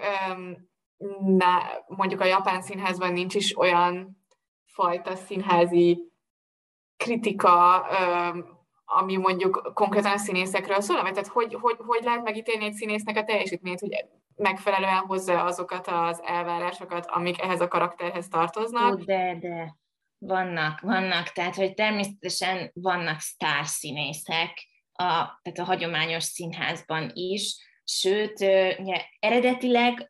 na, mondjuk a japán színházban nincs is olyan fajta színházi kritika, ami mondjuk konkrétan a színészekről szól, tehát hogy, hogy, hogy lehet megítélni egy színésznek a teljesítményt, hogy megfelelően hozza azokat az elvárásokat, amik ehhez a karakterhez tartoznak? Ó, de, de vannak, vannak, tehát hogy természetesen vannak sztárszínészek, a, tehát a hagyományos színházban is, sőt, ugye, eredetileg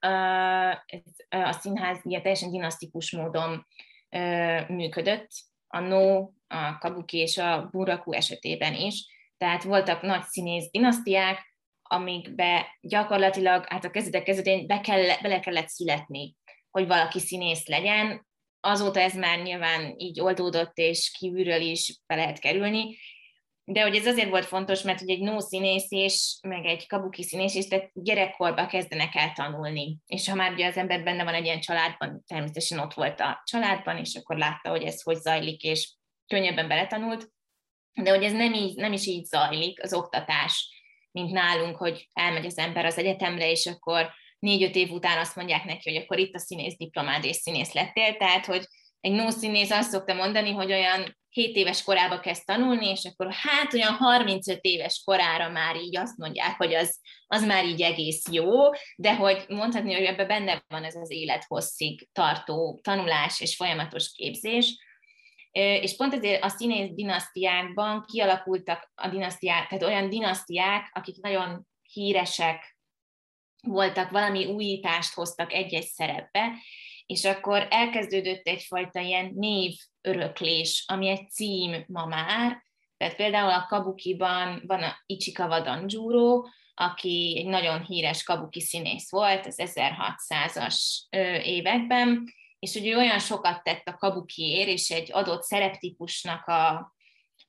a színház ugye, teljesen dinasztikus módon működött, a No, a Kabuki és a Bunraku esetében is, tehát voltak nagy színész dinasztiák, amikbe gyakorlatilag hát a kezdetek kezdetén be kell, bele kellett születni, hogy valaki színész legyen. Azóta ez már nyilván így oldódott, és kívülről is be lehet kerülni, de hogy ez azért volt fontos, mert hogy egy No színész és meg egy Kabuki színész is, tehát gyerekkorban kezdenek el tanulni. És ha már ugye az ember benne van egy ilyen családban, természetesen ott volt a családban, és akkor látta, hogy ez hogy zajlik, és könnyebben beletanult. De hogy ez nem, így, nem is így zajlik, az oktatás, mint nálunk, hogy elmegy az ember az egyetemre, és akkor négy-öt év után azt mondják neki, hogy akkor itt a színész diplomád és színész lettél, tehát hogy egy No színész azt szokta mondani, hogy olyan hét éves korába kezd tanulni, és akkor hát olyan harmincöt éves korára már így azt mondják, hogy az, az már így egész jó, de hogy mondhatni, hogy ebben benne van ez az élethosszig tartó tanulás és folyamatos képzés, és pont ezért a színész dinasztiákban kialakultak a dinasztiák, tehát olyan dinasztiák, akik nagyon híresek voltak, valami újítást hoztak egy-egy szerepbe, és akkor elkezdődött egyfajta ilyen névöröklés, ami egy cím ma már. Tehát például a Kabukiban van a Ichikawa Danjuro, aki egy nagyon híres kabuki színész volt az ezerhatszázas években, és ugye olyan sokat tett a kabukiért, és egy adott szereptípusnak a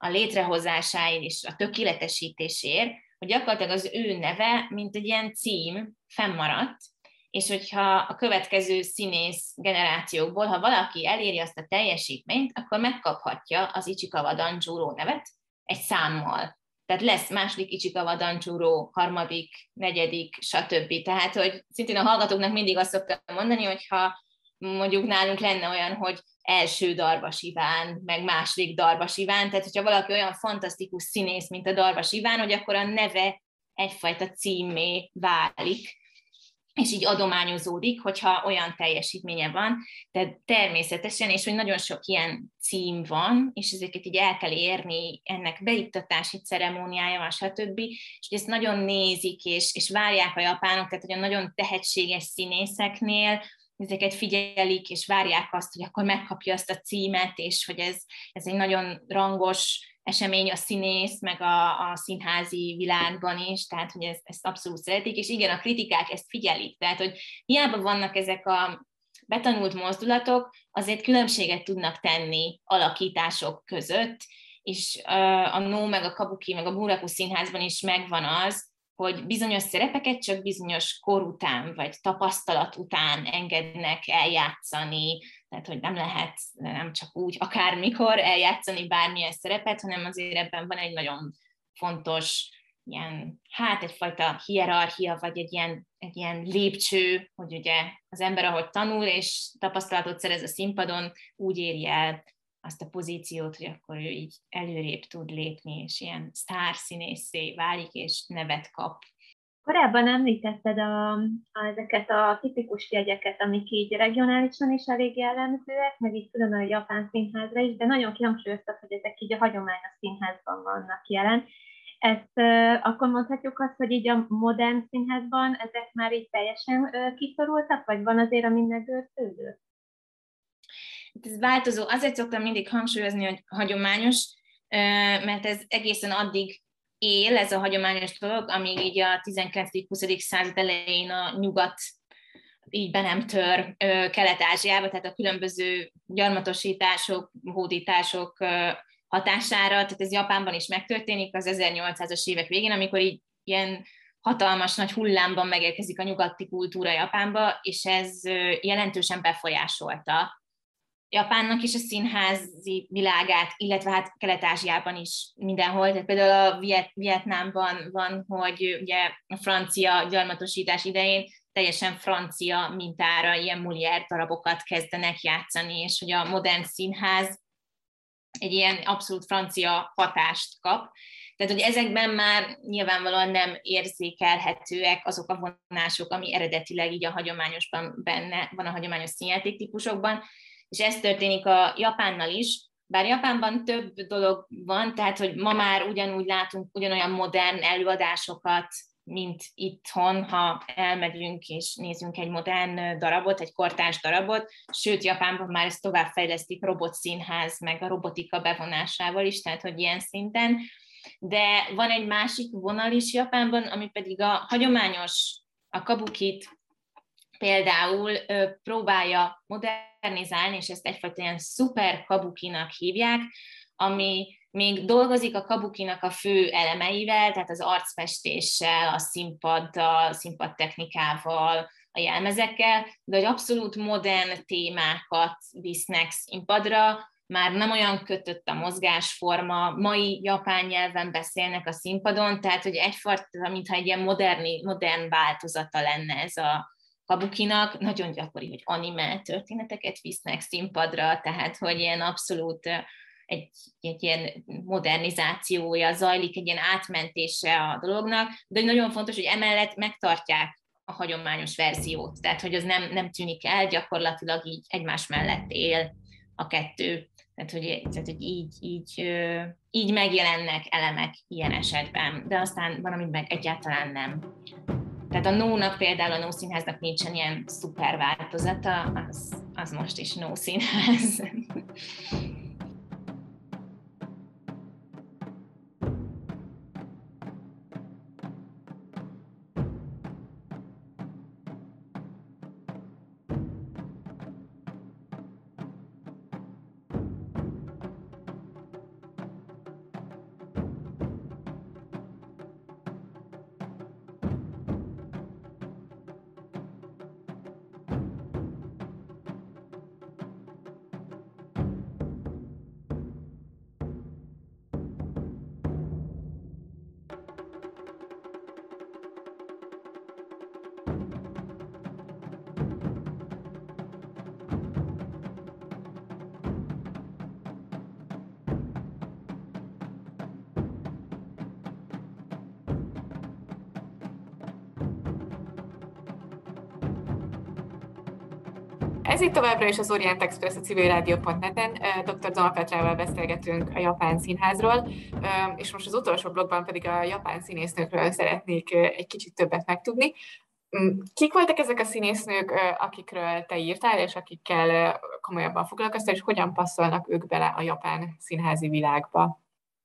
a létrehozásáért és a tökéletesítésért, hogy gyakorlatilag az ő neve, mint egy ilyen cím, fennmaradt, és hogyha a következő színész generációkból, ha valaki eléri azt a teljesítményt, akkor megkaphatja az Ichikawa Danjuro nevet egy számmal. Tehát lesz második Ichikawa Danjuro, harmadik, negyedik, stb. Tehát, hogy szintén a hallgatóknak mindig azt szoktam mondani, hogyha mondjuk nálunk lenne olyan, hogy első Darvas Iván, meg második Darvas Iván, tehát hogyha valaki olyan fantasztikus színész, mint a Darvas Iván, hogy akkor a neve egyfajta címmé válik, és így adományozódik, hogyha olyan teljesítménye van, de természetesen, és hogy nagyon sok ilyen cím van, és ezeket így el kell érni, ennek beiktatási ceremóniája van, stb., és hogy ezt nagyon nézik, és, és várják a japánok, tehát hogy a nagyon tehetséges színészeknél ezeket figyelik, és várják azt, hogy akkor megkapja azt a címet, és hogy ez, ez egy nagyon rangos esemény a színész, meg a, a színházi világban is, tehát hogy ezt, ezt abszolút szeretik, és igen, a kritikák ezt figyelik, tehát hogy hiába vannak ezek a betanult mozdulatok, azért különbséget tudnak tenni alakítások között, és a No, meg a Kabuki, meg a Bunraku színházban is megvan az, hogy bizonyos szerepeket csak bizonyos kor után, vagy tapasztalat után engednek eljátszani, tehát hogy nem lehet nem csak úgy akármikor eljátszani bármilyen szerepet, hanem azért ebben van egy nagyon fontos, ilyen, hát egyfajta hierarchia, vagy egy ilyen, egy ilyen lépcső, hogy ugye az ember, ahogy tanul és tapasztalatot szerez a színpadon, úgy éri el azt a pozíciót, hogy akkor ő így előrébb tud lépni, és ilyen sztárszínészé válik, és nevet kap. Korábban említetted a, a, ezeket a tipikus jegyeket, amik így regionálisan is elég jellemzőek, meg így külön a japán színházra is, de nagyon kihangsúlyoztad, hogy ezek így a hagyományos színházban vannak jelen. Ezt uh, akkor mondhatjuk azt, hogy így a modern színházban ezek már így teljesen uh, kiszorultak, vagy van azért, ami megőrződő? Ez változó. Azért szoktam mindig hangsúlyozni, hogy hagyományos, mert ez egészen addig él, ez a hagyományos dolog, amíg így a tizenkilencedik-huszadik század elején a nyugat így be nem tör Kelet-Ázsiába, tehát a különböző gyarmatosítások, hódítások hatására, tehát ez Japánban is megtörténik az ezernyolcszázas évek végén, amikor így ilyen hatalmas nagy hullámban megérkezik a nyugati kultúra Japánba, és ez jelentősen befolyásolta Japánnak is a színházi világát, illetve hát Kelet-Ázsiában is mindenhol. Tehát például a Viet, Vietnámban van, hogy ugye a francia gyarmatosítás idején teljesen francia mintára ilyen Molière darabokat kezdenek játszani, és hogy a modern színház egy ilyen abszolút francia hatást kap. Tehát, hogy ezekben már nyilvánvalóan nem érzékelhetőek azok a vonások, ami eredetileg így a hagyományosban benne van a hagyományos színjáték típusokban, és ez történik a Japánnal is, bár Japánban több dolog van, tehát hogy ma már ugyanúgy látunk ugyanolyan modern előadásokat, mint itthon, ha elmegyünk és nézünk egy modern darabot, egy kortárs darabot, sőt Japánban már ezt továbbfejlesztik robotszínház, meg a robotika bevonásával is, tehát hogy ilyen szinten. De van egy másik vonal is Japánban, ami pedig a hagyományos, a kabukit például ö, próbálja modernizálni, és ezt egyfajta ilyen szuper kabukinak hívják, ami még dolgozik a kabukinak a fő elemeivel, tehát az arcfestéssel, a színpaddal, a színpadtechnikával, a jelmezekkel, de hogy abszolút modern témákat visznek színpadra, már nem olyan kötött a mozgásforma, mai japán nyelven beszélnek a színpadon, tehát hogy egyfajta, mintha egy ilyen moderni, modern változata lenne ez a kabukinak, nagyon gyakori, hogy anime történeteket visznek színpadra, tehát hogy ilyen abszolút egy, egy ilyen modernizációja zajlik, egy ilyen átmentése a dolognak, de nagyon fontos, hogy emellett megtartják a hagyományos verziót, tehát hogy az nem, nem tűnik el, gyakorlatilag így egymás mellett él a kettő, tehát hogy, tehát, hogy így, így, így megjelennek elemek ilyen esetben, de aztán van, amit meg egyáltalán nem. Tehát a No-nak például, a No színháznak nincsen ilyen szuper változata, az, az most is No színház. Ez itt továbbra is az Orient Express a civil rádió pont net-en. doktor Zoma Petrával beszélgetünk a japán színházról, és most az utolsó blogban pedig a japán színésznőkről szeretnék egy kicsit többet megtudni. Kik voltak ezek a színésznők, akikről te írtál, és akikkel komolyabban foglalkoztál, és hogyan passzolnak ők bele a japán színházi világba?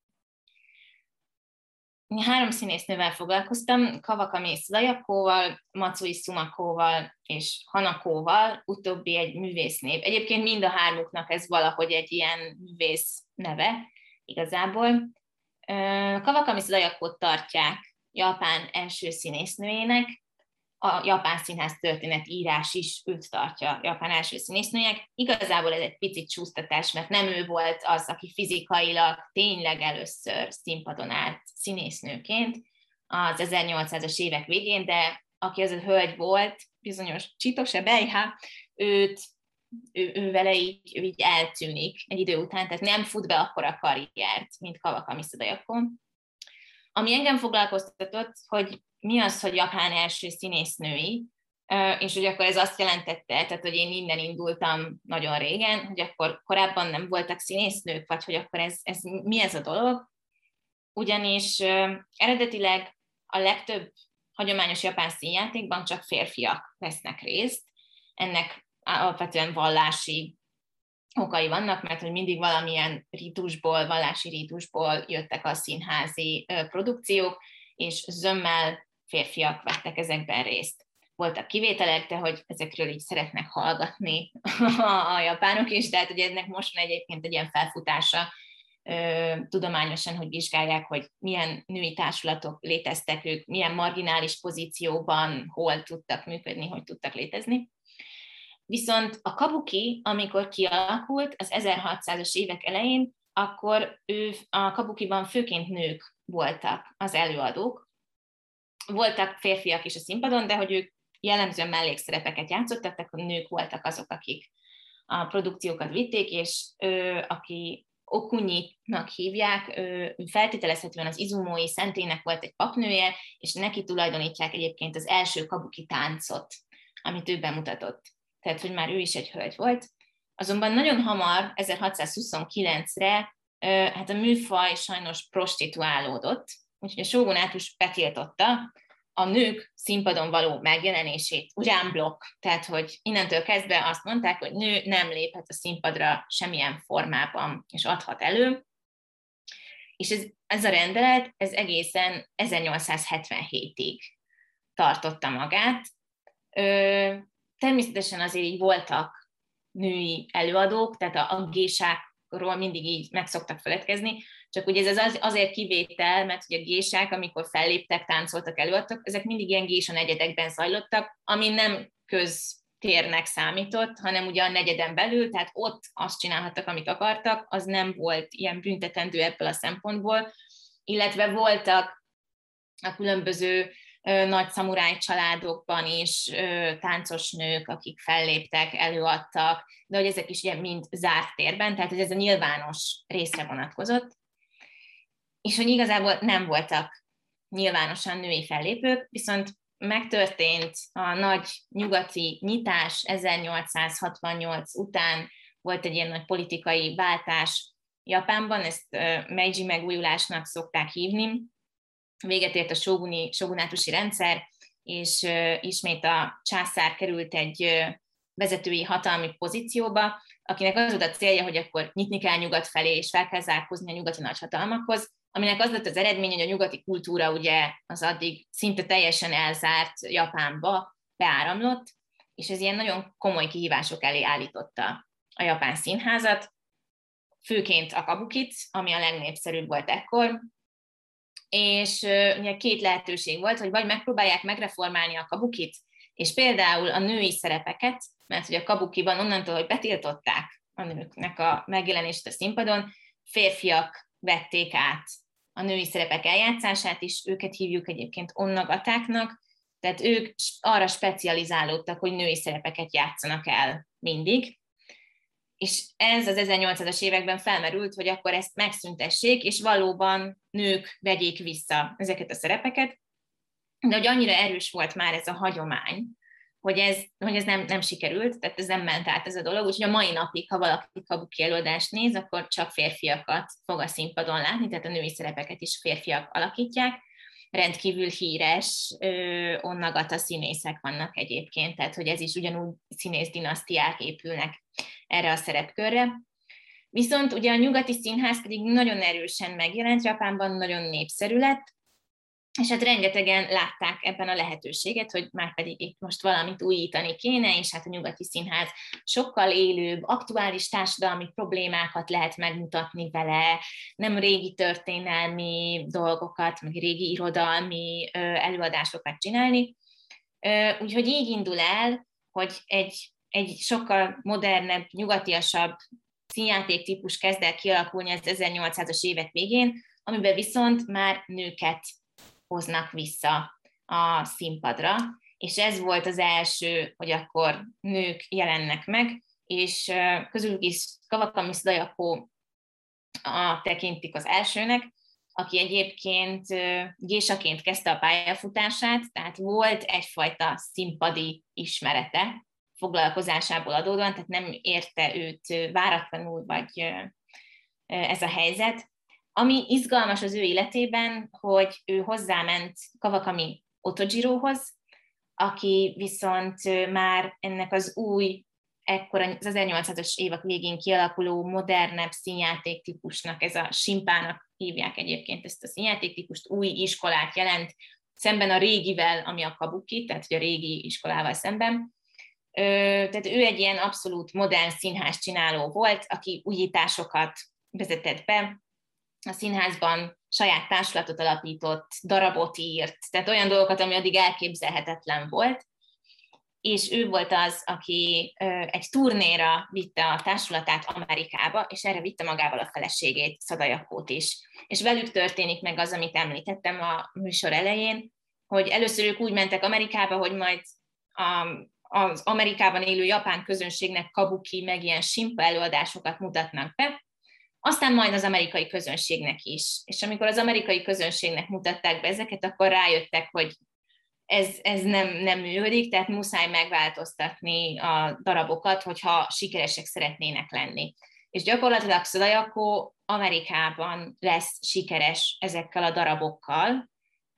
Három színésznővel foglalkoztam, Kawakami Sadayakóval, Matsui Sumakóval és Hanakóval, utóbbi egy művésznév. Egyébként mind a hármuknak ez valahogy egy ilyen művész neve igazából. Kawakami Sadayakót tartják Japán első színésznőjének, a japán színház történet írás is őt tartja Japán első színésznőjének. Igazából ez egy picit csúsztatás, mert nem ő volt az, aki fizikailag tényleg először színpadon állt színésznőként az ezernyolcszázas évek végén, de aki az a hölgy volt, bizonyos Chitose Beiha, őt ő, ő vele így, ő így eltűnik egy idő után, tehát nem fut be akkora karriert, mint Kawakami Sadayako. Ami engem foglalkoztatott, hogy mi az, hogy Japán első színésznői, és hogy akkor ez azt jelentette, tehát hogy én innen indultam nagyon régen, hogy akkor korábban nem voltak színésznők, vagy hogy akkor ez, ez mi ez a dolog. Ugyanis eredetileg a legtöbb hagyományos japán színjátékban csak férfiak vesznek részt. Ennek alapvetően vallási okai vannak, mert hogy mindig valamilyen rítusból, vallási rítusból jöttek a színházi produkciók, és zömmel férfiak vettek ezekben részt. Voltak kivételek, de hogy ezekről így szeretnek hallgatni a japánok is, tehát hogy ennek most van egyébként egy ilyen felfutása tudományosan, hogy vizsgálják, hogy milyen női társulatok léteztek ők, milyen marginális pozícióban, hol tudtak működni, hogy tudtak létezni. Viszont a kabuki, amikor kialakult az ezerhatszázas évek elején, akkor ő, a kabukiban főként nők voltak az előadók. Voltak férfiak is a színpadon, de hogy ők jellemzően mellékszerepeket játszottak, tehát a nők voltak azok, akik a produkciókat vitték, és ő, aki Okunyi-nak hívják, ő feltételezhetően az Izumói szentélynek volt egy papnője, és neki tulajdonítják egyébként az első kabuki táncot, amit ő bemutatott. Tehát, hogy már ő is egy hölgy volt. Azonban nagyon hamar, ezerhatszázhuszonkilencre, hát a műfaj sajnos prostituálódott, úgyhogy a sógunátus betiltotta a nők színpadon való megjelenését, ugyan blokk, tehát hogy innentől kezdve azt mondták, hogy nő nem léphet a színpadra semmilyen formában, és adhat elő. És ez, ez a rendelet, ez egészen ezernyolcszázhetvenhétig tartotta magát. Ö, természetesen azért így voltak női előadók, tehát a, a gésákról mindig így meg szoktak feledkezni, csak ugye ez az azért kivétel, mert ugye a gésák, amikor felléptek, táncoltak, előadtak, ezek mindig ilyen gésa negyedekben zajlottak, ami nem köztérnek számított, hanem ugye a negyeden belül, tehát ott azt csinálhattak, amit akartak, az nem volt ilyen büntetendő ebből a szempontból, illetve voltak a különböző ö, nagy szamuráj családokban is ö, táncos nők, akik felléptek, előadtak, de hogy ezek is ugye mind zárt térben, tehát hogy ez a nyilvános részre vonatkozott. És hogy igazából nem voltak nyilvánosan női fellépők, viszont megtörtént a nagy nyugati nyitás ezernyolcszázhatvannyolc után, volt egy ilyen nagy politikai váltás Japánban, ezt Meiji megújulásnak szokták hívni, véget ért a sóguni, sógunátusi rendszer, és ismét a császár került egy vezetői hatalmi pozícióba, akinek az volt a célja, hogy akkor nyitni kell nyugat felé, és fel kell zárkózni a nyugati nagyhatalmakhoz, aminek az lett az eredmény, hogy a nyugati kultúra ugye az addig szinte teljesen elzárt Japánba beáramlott, és ez ilyen nagyon komoly kihívások elé állította a japán színházat, főként a kabukit, ami a legnépszerűbb volt ekkor, és ugye két lehetőség volt, hogy vagy megpróbálják megreformálni a kabukit, és például a női szerepeket, mert hogy a kabukiban onnantól, hogy betiltották a nőknek a megjelenést a színpadon, férfiak vették át a női szerepek eljátszását is, őket hívjuk egyébként onnagatáknak, tehát ők arra specializálódtak, hogy női szerepeket játszanak el mindig. És ez az ezernyolcszázas években felmerült, hogy akkor ezt megszüntessék, és valóban nők vegyék vissza ezeket a szerepeket, de hogy annyira erős volt már ez a hagyomány hogy ez, hogy ez nem, nem sikerült, tehát ez nem ment át ez a dolog, úgyhogy a mai napig, ha valaki kabuki előadást néz, akkor csak férfiakat fog a színpadon látni, tehát a női szerepeket is férfiak alakítják. Rendkívül híres onnagata színészek vannak egyébként, tehát hogy ez is ugyanúgy színész dinasztiák épülnek erre a szerepkörre. Viszont ugye a nyugati színház pedig nagyon erősen megjelent, Japánban nagyon népszerű lett, és hát rengetegen látták ebben a lehetőséget, hogy már pedig itt most valamit újítani kéne, és hát a nyugati színház sokkal élőbb, aktuális társadalmi problémákat lehet megmutatni vele, nem régi történelmi dolgokat, meg régi irodalmi előadásokat csinálni. Úgyhogy így indul el, hogy egy, egy sokkal modernebb, nyugatiasabb színjátéktípus kezd el kialakulni az ezernyolcszázas évek végén, amiben viszont már nőket hoznak vissza a színpadra, és ez volt az első, hogy akkor nők jelennek meg, és közülük is Kawakami Sadayako a tekintik az elsőnek, aki egyébként gésaként kezdte a pályafutását, tehát volt egyfajta színpadi ismerete foglalkozásából adódóan, tehát nem érte őt váratlanul, vagy ez a helyzet. Ami izgalmas az ő életében, hogy ő hozzáment Kawakami Otojirohoz, aki viszont már ennek az új, ekkor az ezernyolcszázas évek végén kialakuló modernebb színjátéktípusnak, ez a simpának hívják egyébként ezt a színjátéktípust, új iskolát jelent, szemben a régivel, ami a kabuki, tehát hogy a régi iskolával szemben. Tehát ő egy ilyen abszolút modern színház csináló volt, aki újításokat vezetett be, a színházban saját társulatot alapított, darabot írt, tehát olyan dolgokat, ami addig elképzelhetetlen volt, és ő volt az, aki egy turnéra vitte a társulatát Amerikába, és erre vitte magával a feleségét, Sadayakót is. És velük történik meg az, amit említettem a műsor elején, hogy először ők úgy mentek Amerikába, hogy majd a, az Amerikában élő japán közönségnek kabuki, meg ilyen simpa előadásokat mutatnak be, aztán majd az amerikai közönségnek is. És amikor az amerikai közönségnek mutatták be ezeket, akkor rájöttek, hogy ez, ez nem, nem működik, tehát muszáj megváltoztatni a darabokat, hogyha sikeresek szeretnének lenni. És gyakorlatilag Sadayako Amerikában lesz sikeres ezekkel a darabokkal,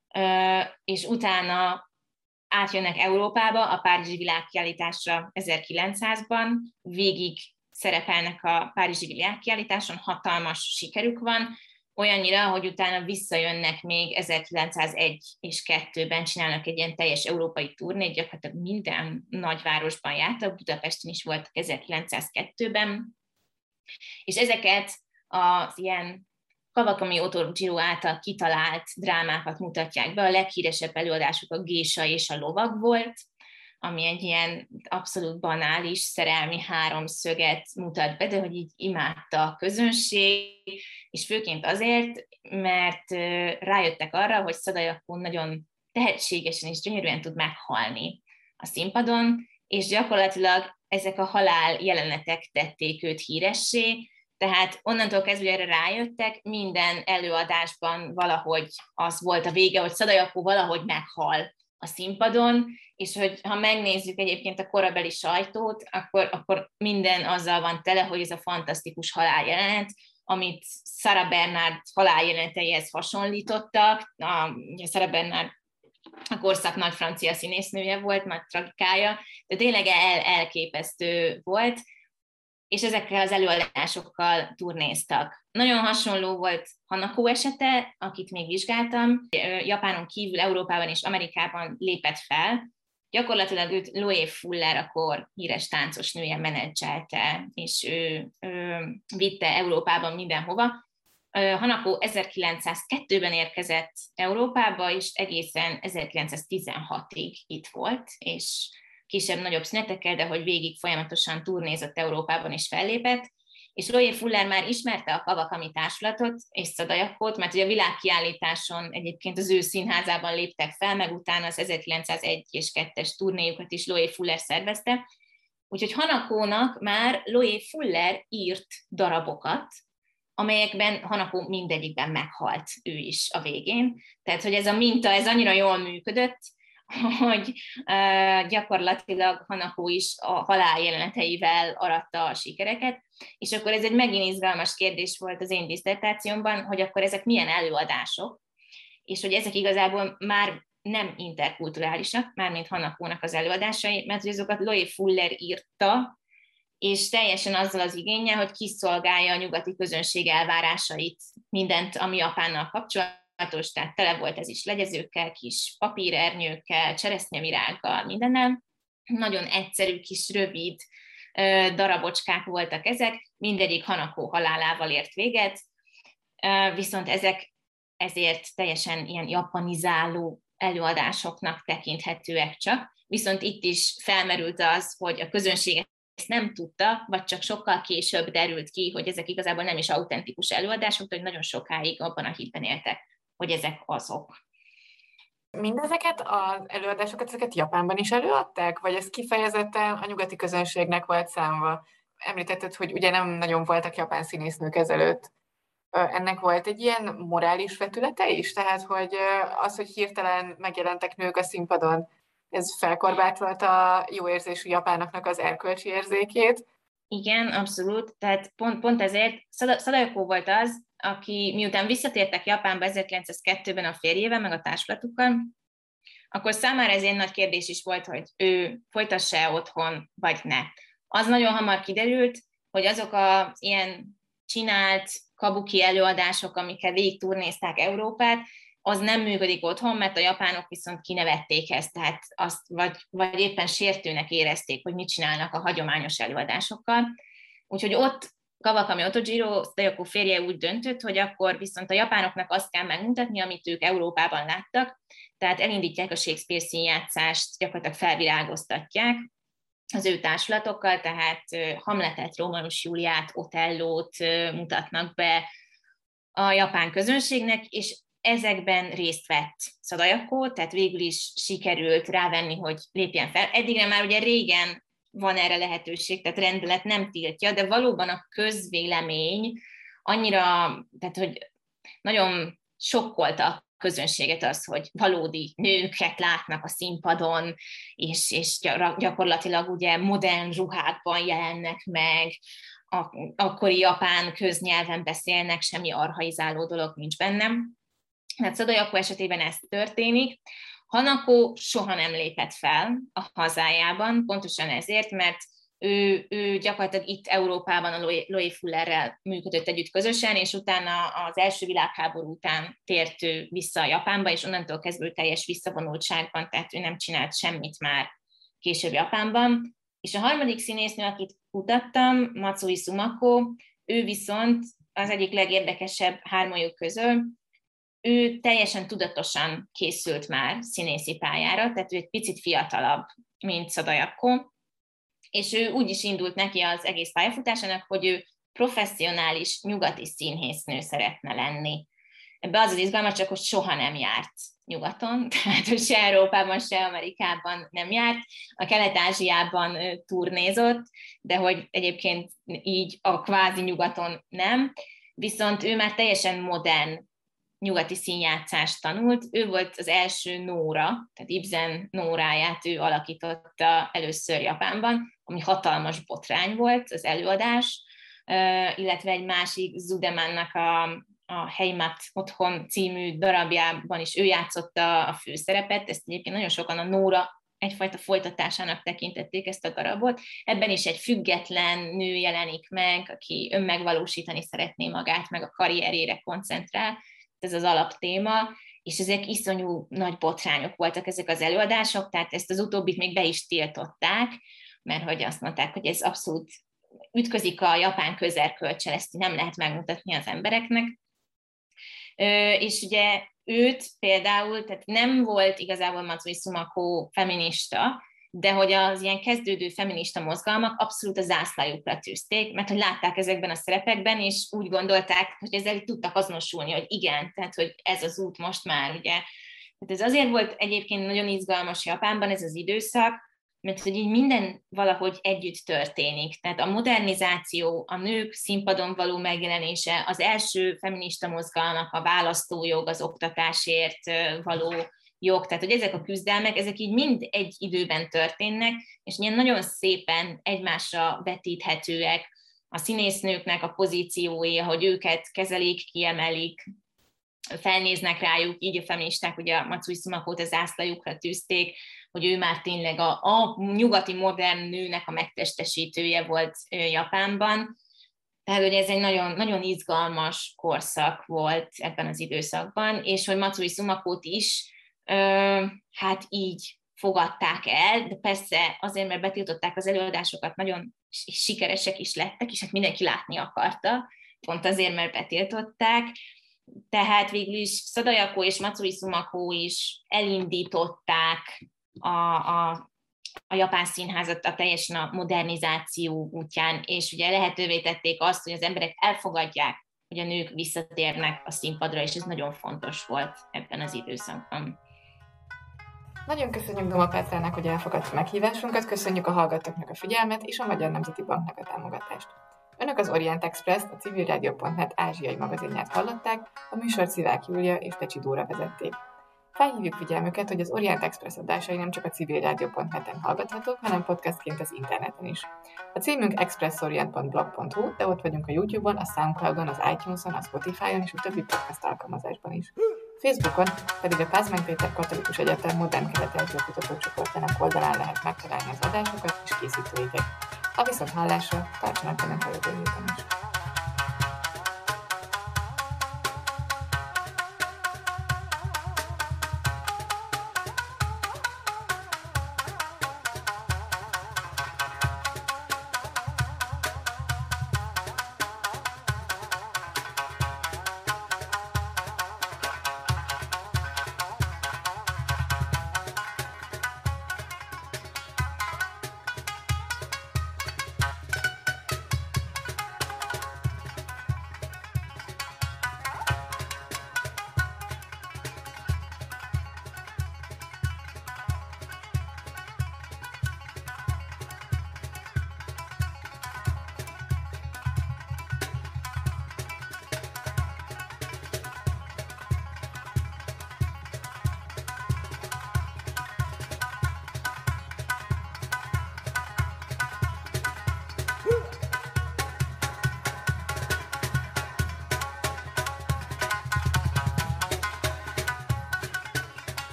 és utána átjönnek Európába a Párizsi világkiállításra ezerkilencszázban, végig szerepelnek a Párizsi világkiállításon, hatalmas sikerük van, olyannyira, hogy utána visszajönnek még ezerkilencszázegy és kettőben csinálnak egy ilyen teljes európai turnét, gyakorlatilag minden nagyvárosban jártak, Budapesten is voltak ezerkilencszázkettőben, és ezeket az ilyen Kawakami Otojiro által kitalált drámákat mutatják be. A leghíresebb előadásuk a Gésa és a lovag volt, ami egy ilyen abszolút banális szerelmi háromszöget mutat be, de hogy így imádta a közönség, és főként azért, mert rájöttek arra, hogy Sadayako nagyon tehetségesen és gyönyörűen tud meghalni a színpadon, és gyakorlatilag ezek a halál jelenetek tették őt híressé, tehát onnantól kezdve erre rájöttek, minden előadásban valahogy az volt a vége, hogy Sadayako valahogy meghal a színpadon, és hogy ha megnézzük egyébként a korabeli sajtót, akkor, akkor minden azzal van tele, hogy ez a fantasztikus haláljelenet, amit Sarah Bernhardt haláljeleneteihez hasonlítottak. A, ugye Sarah Bernhardt a korszak nagy francia színésznője volt, nagy tragikája, de tényleg el, elképesztő volt, és ezekkel az előadásokkal turnéztak. Nagyon hasonló volt Hanako esete, akit még vizsgáltam. Japánon kívül, Európában és Amerikában lépett fel. Gyakorlatilag őt Loé Fuller, akkor híres táncos nője menedzselte, és ő, ő vitte Európában mindenhova. Hanako ezerkilencszázkettőben érkezett Európába, és egészen ezerkilencszáztizenhatig itt volt, és kisebb-nagyobb szünetekkel, de hogy végig folyamatosan turnézott Európában és fellépett, és Loé Fuller már ismerte a Kawakami társulatot és Sadayakót, mert ugye a világkiállításon egyébként az ő színházában léptek fel, meg utána az ezerkilencszázegy és kettes turnéjukat is Loé Fuller szervezte, úgyhogy Hanakónak már Loé Fuller írt darabokat, amelyekben Hanako mindegyikben meghalt ő is a végén. Tehát, hogy ez a minta, ez annyira jól működött, hogy uh, gyakorlatilag Hanako is a haláljeleneteivel aratta a sikereket, és akkor ez egy megint izgalmas kérdés volt az én diszertációmban, hogy akkor ezek milyen előadások, és hogy ezek igazából már nem interkulturálisak, mármint Hanakónak az előadásai, mert hogy azokat Loie Fuller írta, és teljesen azzal az igénnyel, hogy kiszolgálja a nyugati közönség elvárásait, mindent, ami Japánnal kapcsolatos, tehát tele volt ez is legyezőkkel, kis papírernyőkkel, cseresznyevirággal, mindennel. Nagyon egyszerű, kis, rövid darabocskák voltak ezek, mindegyik Hanako halálával ért véget, viszont ezek ezért teljesen ilyen japanizáló előadásoknak tekinthetőek csak, viszont itt is felmerült az, hogy a közönség ezt nem tudta, vagy csak sokkal később derült ki, hogy ezek igazából nem is autentikus előadások, de hogy nagyon sokáig abban a hitben éltek, hogy ezek azok. Mindezeket az előadásokat, ezeket Japánban is előadták? Vagy ez kifejezetten a nyugati közönségnek volt számva? Említetted, hogy ugye nem nagyon voltak japán színésznők ezelőtt. Ennek volt egy ilyen morális vetülete is? Tehát, hogy az, hogy hirtelen megjelentek nők a színpadon, ez felkorbácsolta a jó érzésű japánoknak az erkölcsi érzékét? Igen, abszolút. Tehát pont, pont ezért Sadako volt az, aki miután visszatértek Japánba ezerkilencszázkettőben a férjével, meg a társulatukkal, akkor számára ez egy nagy kérdés is volt, hogy ő folytassa otthon, vagy ne. Az nagyon hamar kiderült, hogy azok az ilyen csinált kabuki előadások, amikkel végig turnézták Európát, az nem működik otthon, mert a japánok viszont kinevették ezt, tehát azt, vagy, vagy éppen sértőnek érezték, hogy mit csinálnak a hagyományos előadásokkal. Úgyhogy ott Kawakami Otojiro, Sadako férje úgy döntött, hogy akkor viszont a japánoknak azt kell megmutatni, amit ők Európában láttak, tehát elindítják a Shakespeare színjátszást, gyakorlatilag felvirágoztatják az ő társulatokkal, tehát Hamletet, Rómeus Júliát, Otellót mutatnak be a japán közönségnek, és ezekben részt vett Sadako, tehát végül is sikerült rávenni, hogy lépjen fel. Eddigre már ugye régen van erre lehetőség, tehát rendelet nem tiltja, de valóban a közvélemény annyira, tehát hogy nagyon sokkolta a közönséget az, hogy valódi nőket látnak a színpadon, és, és gyakorlatilag ugye modern ruhákban jelennek meg, a, akkori japán köznyelven beszélnek, semmi archaizáló dolog nincs bennem. Hát Sadako esetében ez történik. Hanako soha nem lépett fel a hazájában, pontosan ezért, mert ő, ő gyakorlatilag itt Európában a Loie Fullerrel működött együtt közösen, és utána az első világháború után tért ő vissza a Japánba, és onnantól kezdve teljes visszavonultságban, tehát ő nem csinált semmit már később Japánban. És a harmadik színésznő, akit kutattam, Matsui Sumako, ő viszont az egyik legérdekesebb hármójuk közül, ő teljesen tudatosan készült már színészi pályára, tehát ő egy picit fiatalabb, mint Sadako, és ő úgy is indult neki az egész pályafutásának, hogy ő professzionális nyugati színésznő szeretne lenni. Ebbe az az izgalmas, csak hogy soha nem járt nyugaton, tehát hogy se Európában, se Amerikában nem járt, a Kelet-Ázsiában turnézott, de hogy egyébként így a kvázi nyugaton nem, viszont ő már teljesen modern nyugati színjátszást tanult. Ő volt az első Nóra, tehát Ibsen Nóráját ő alakította először Japánban, ami hatalmas botrány volt az előadás, illetve egy másik Zudemannak a, a Heimat otthon című darabjában is ő játszotta a főszerepet, ezt egyébként nagyon sokan a Nóra egyfajta folytatásának tekintették ezt a darabot. Ebben is egy független nő jelenik meg, aki önmegvalósítani szeretné magát, meg a karrierére koncentrál. Ez az alaptéma, és ezek iszonyú nagy botrányok voltak ezek az előadások, tehát ezt az utóbbit még be is tiltották, mert hogy azt mondták, hogy ez abszolút ütközik a japán közerkölccsel, ezt nem lehet megmutatni az embereknek. És ugye őt például, tehát nem volt igazából Matsui Sumako feminista, de hogy az ilyen kezdődő feminista mozgalmak abszolút a zászlajukra tűzték, mert hogy látták ezekben a szerepekben, és úgy gondolták, hogy ezzel tudtak azonosulni, hogy igen, tehát hogy ez az út most már, ugye. Tehát ez azért volt egyébként nagyon izgalmas Japánban ez az időszak, mert hogy így minden valahogy együtt történik. Tehát a modernizáció, a nők színpadon való megjelenése, az első feminista mozgalmak, a választójog, az oktatásért való jog, tehát hogy ezek a küzdelmek, ezek így mind egy időben történnek, és ilyen nagyon szépen egymásra vetíthetőek a színésznőknek a pozíciói, hogy őket kezelik, kiemelik, felnéznek rájuk, így a feministák ugye a Matsui Sumikót az zászlajukra tűzték, hogy ő már tényleg a, a nyugati modern nőnek a megtestesítője volt Japánban. Tehát, hogy ez egy nagyon, nagyon izgalmas korszak volt ebben az időszakban, és hogy Matsui Sumikót is ö, hát így fogadták el, de persze azért, mert betiltották az előadásokat, nagyon sikeresek is lettek, és hát mindenki látni akarta, pont azért, mert betiltották. Tehát végül is Sadayako és Matsui Sumikó is elindították a, a, a japán színházat a teljesen a modernizáció útján, és ugye lehetővé tették azt, hogy az emberek elfogadják, hogy a nők visszatérnek a színpadra, és ez nagyon fontos volt ebben az időszakban. Nagyon köszönjük Duma Petrának, hogy elfogadta meghívásunkat, köszönjük a hallgatóknak a figyelmet és a Magyar Nemzeti Banknak a támogatást. Önök az Orient Express-t, a civilrádió pont net ázsiai magazinját hallották, a műsort Szivák Júlia és Decsi Dóra vezették. Felhívjuk figyelmüket, hogy az Orient Express adásai nem csak a civilrádió pont net-en hallgathatók, hanem podcastként az interneten is. A címünk expressorient pont blog pont hu, de ott vagyunk a YouTube-on, a SoundCloud-on, az iTunes-on, a Spotify-on és a többi podcast alkalmazásban is. Facebookon pedig a Pázmány Péter Katolikus Egyetem Modern Kelet-Ázsia Kutatócsoportjának oldalán lehet megtalálni az adásokat és készítőiket. A viszonthallásra tartsanak bennünk a jövő héten is.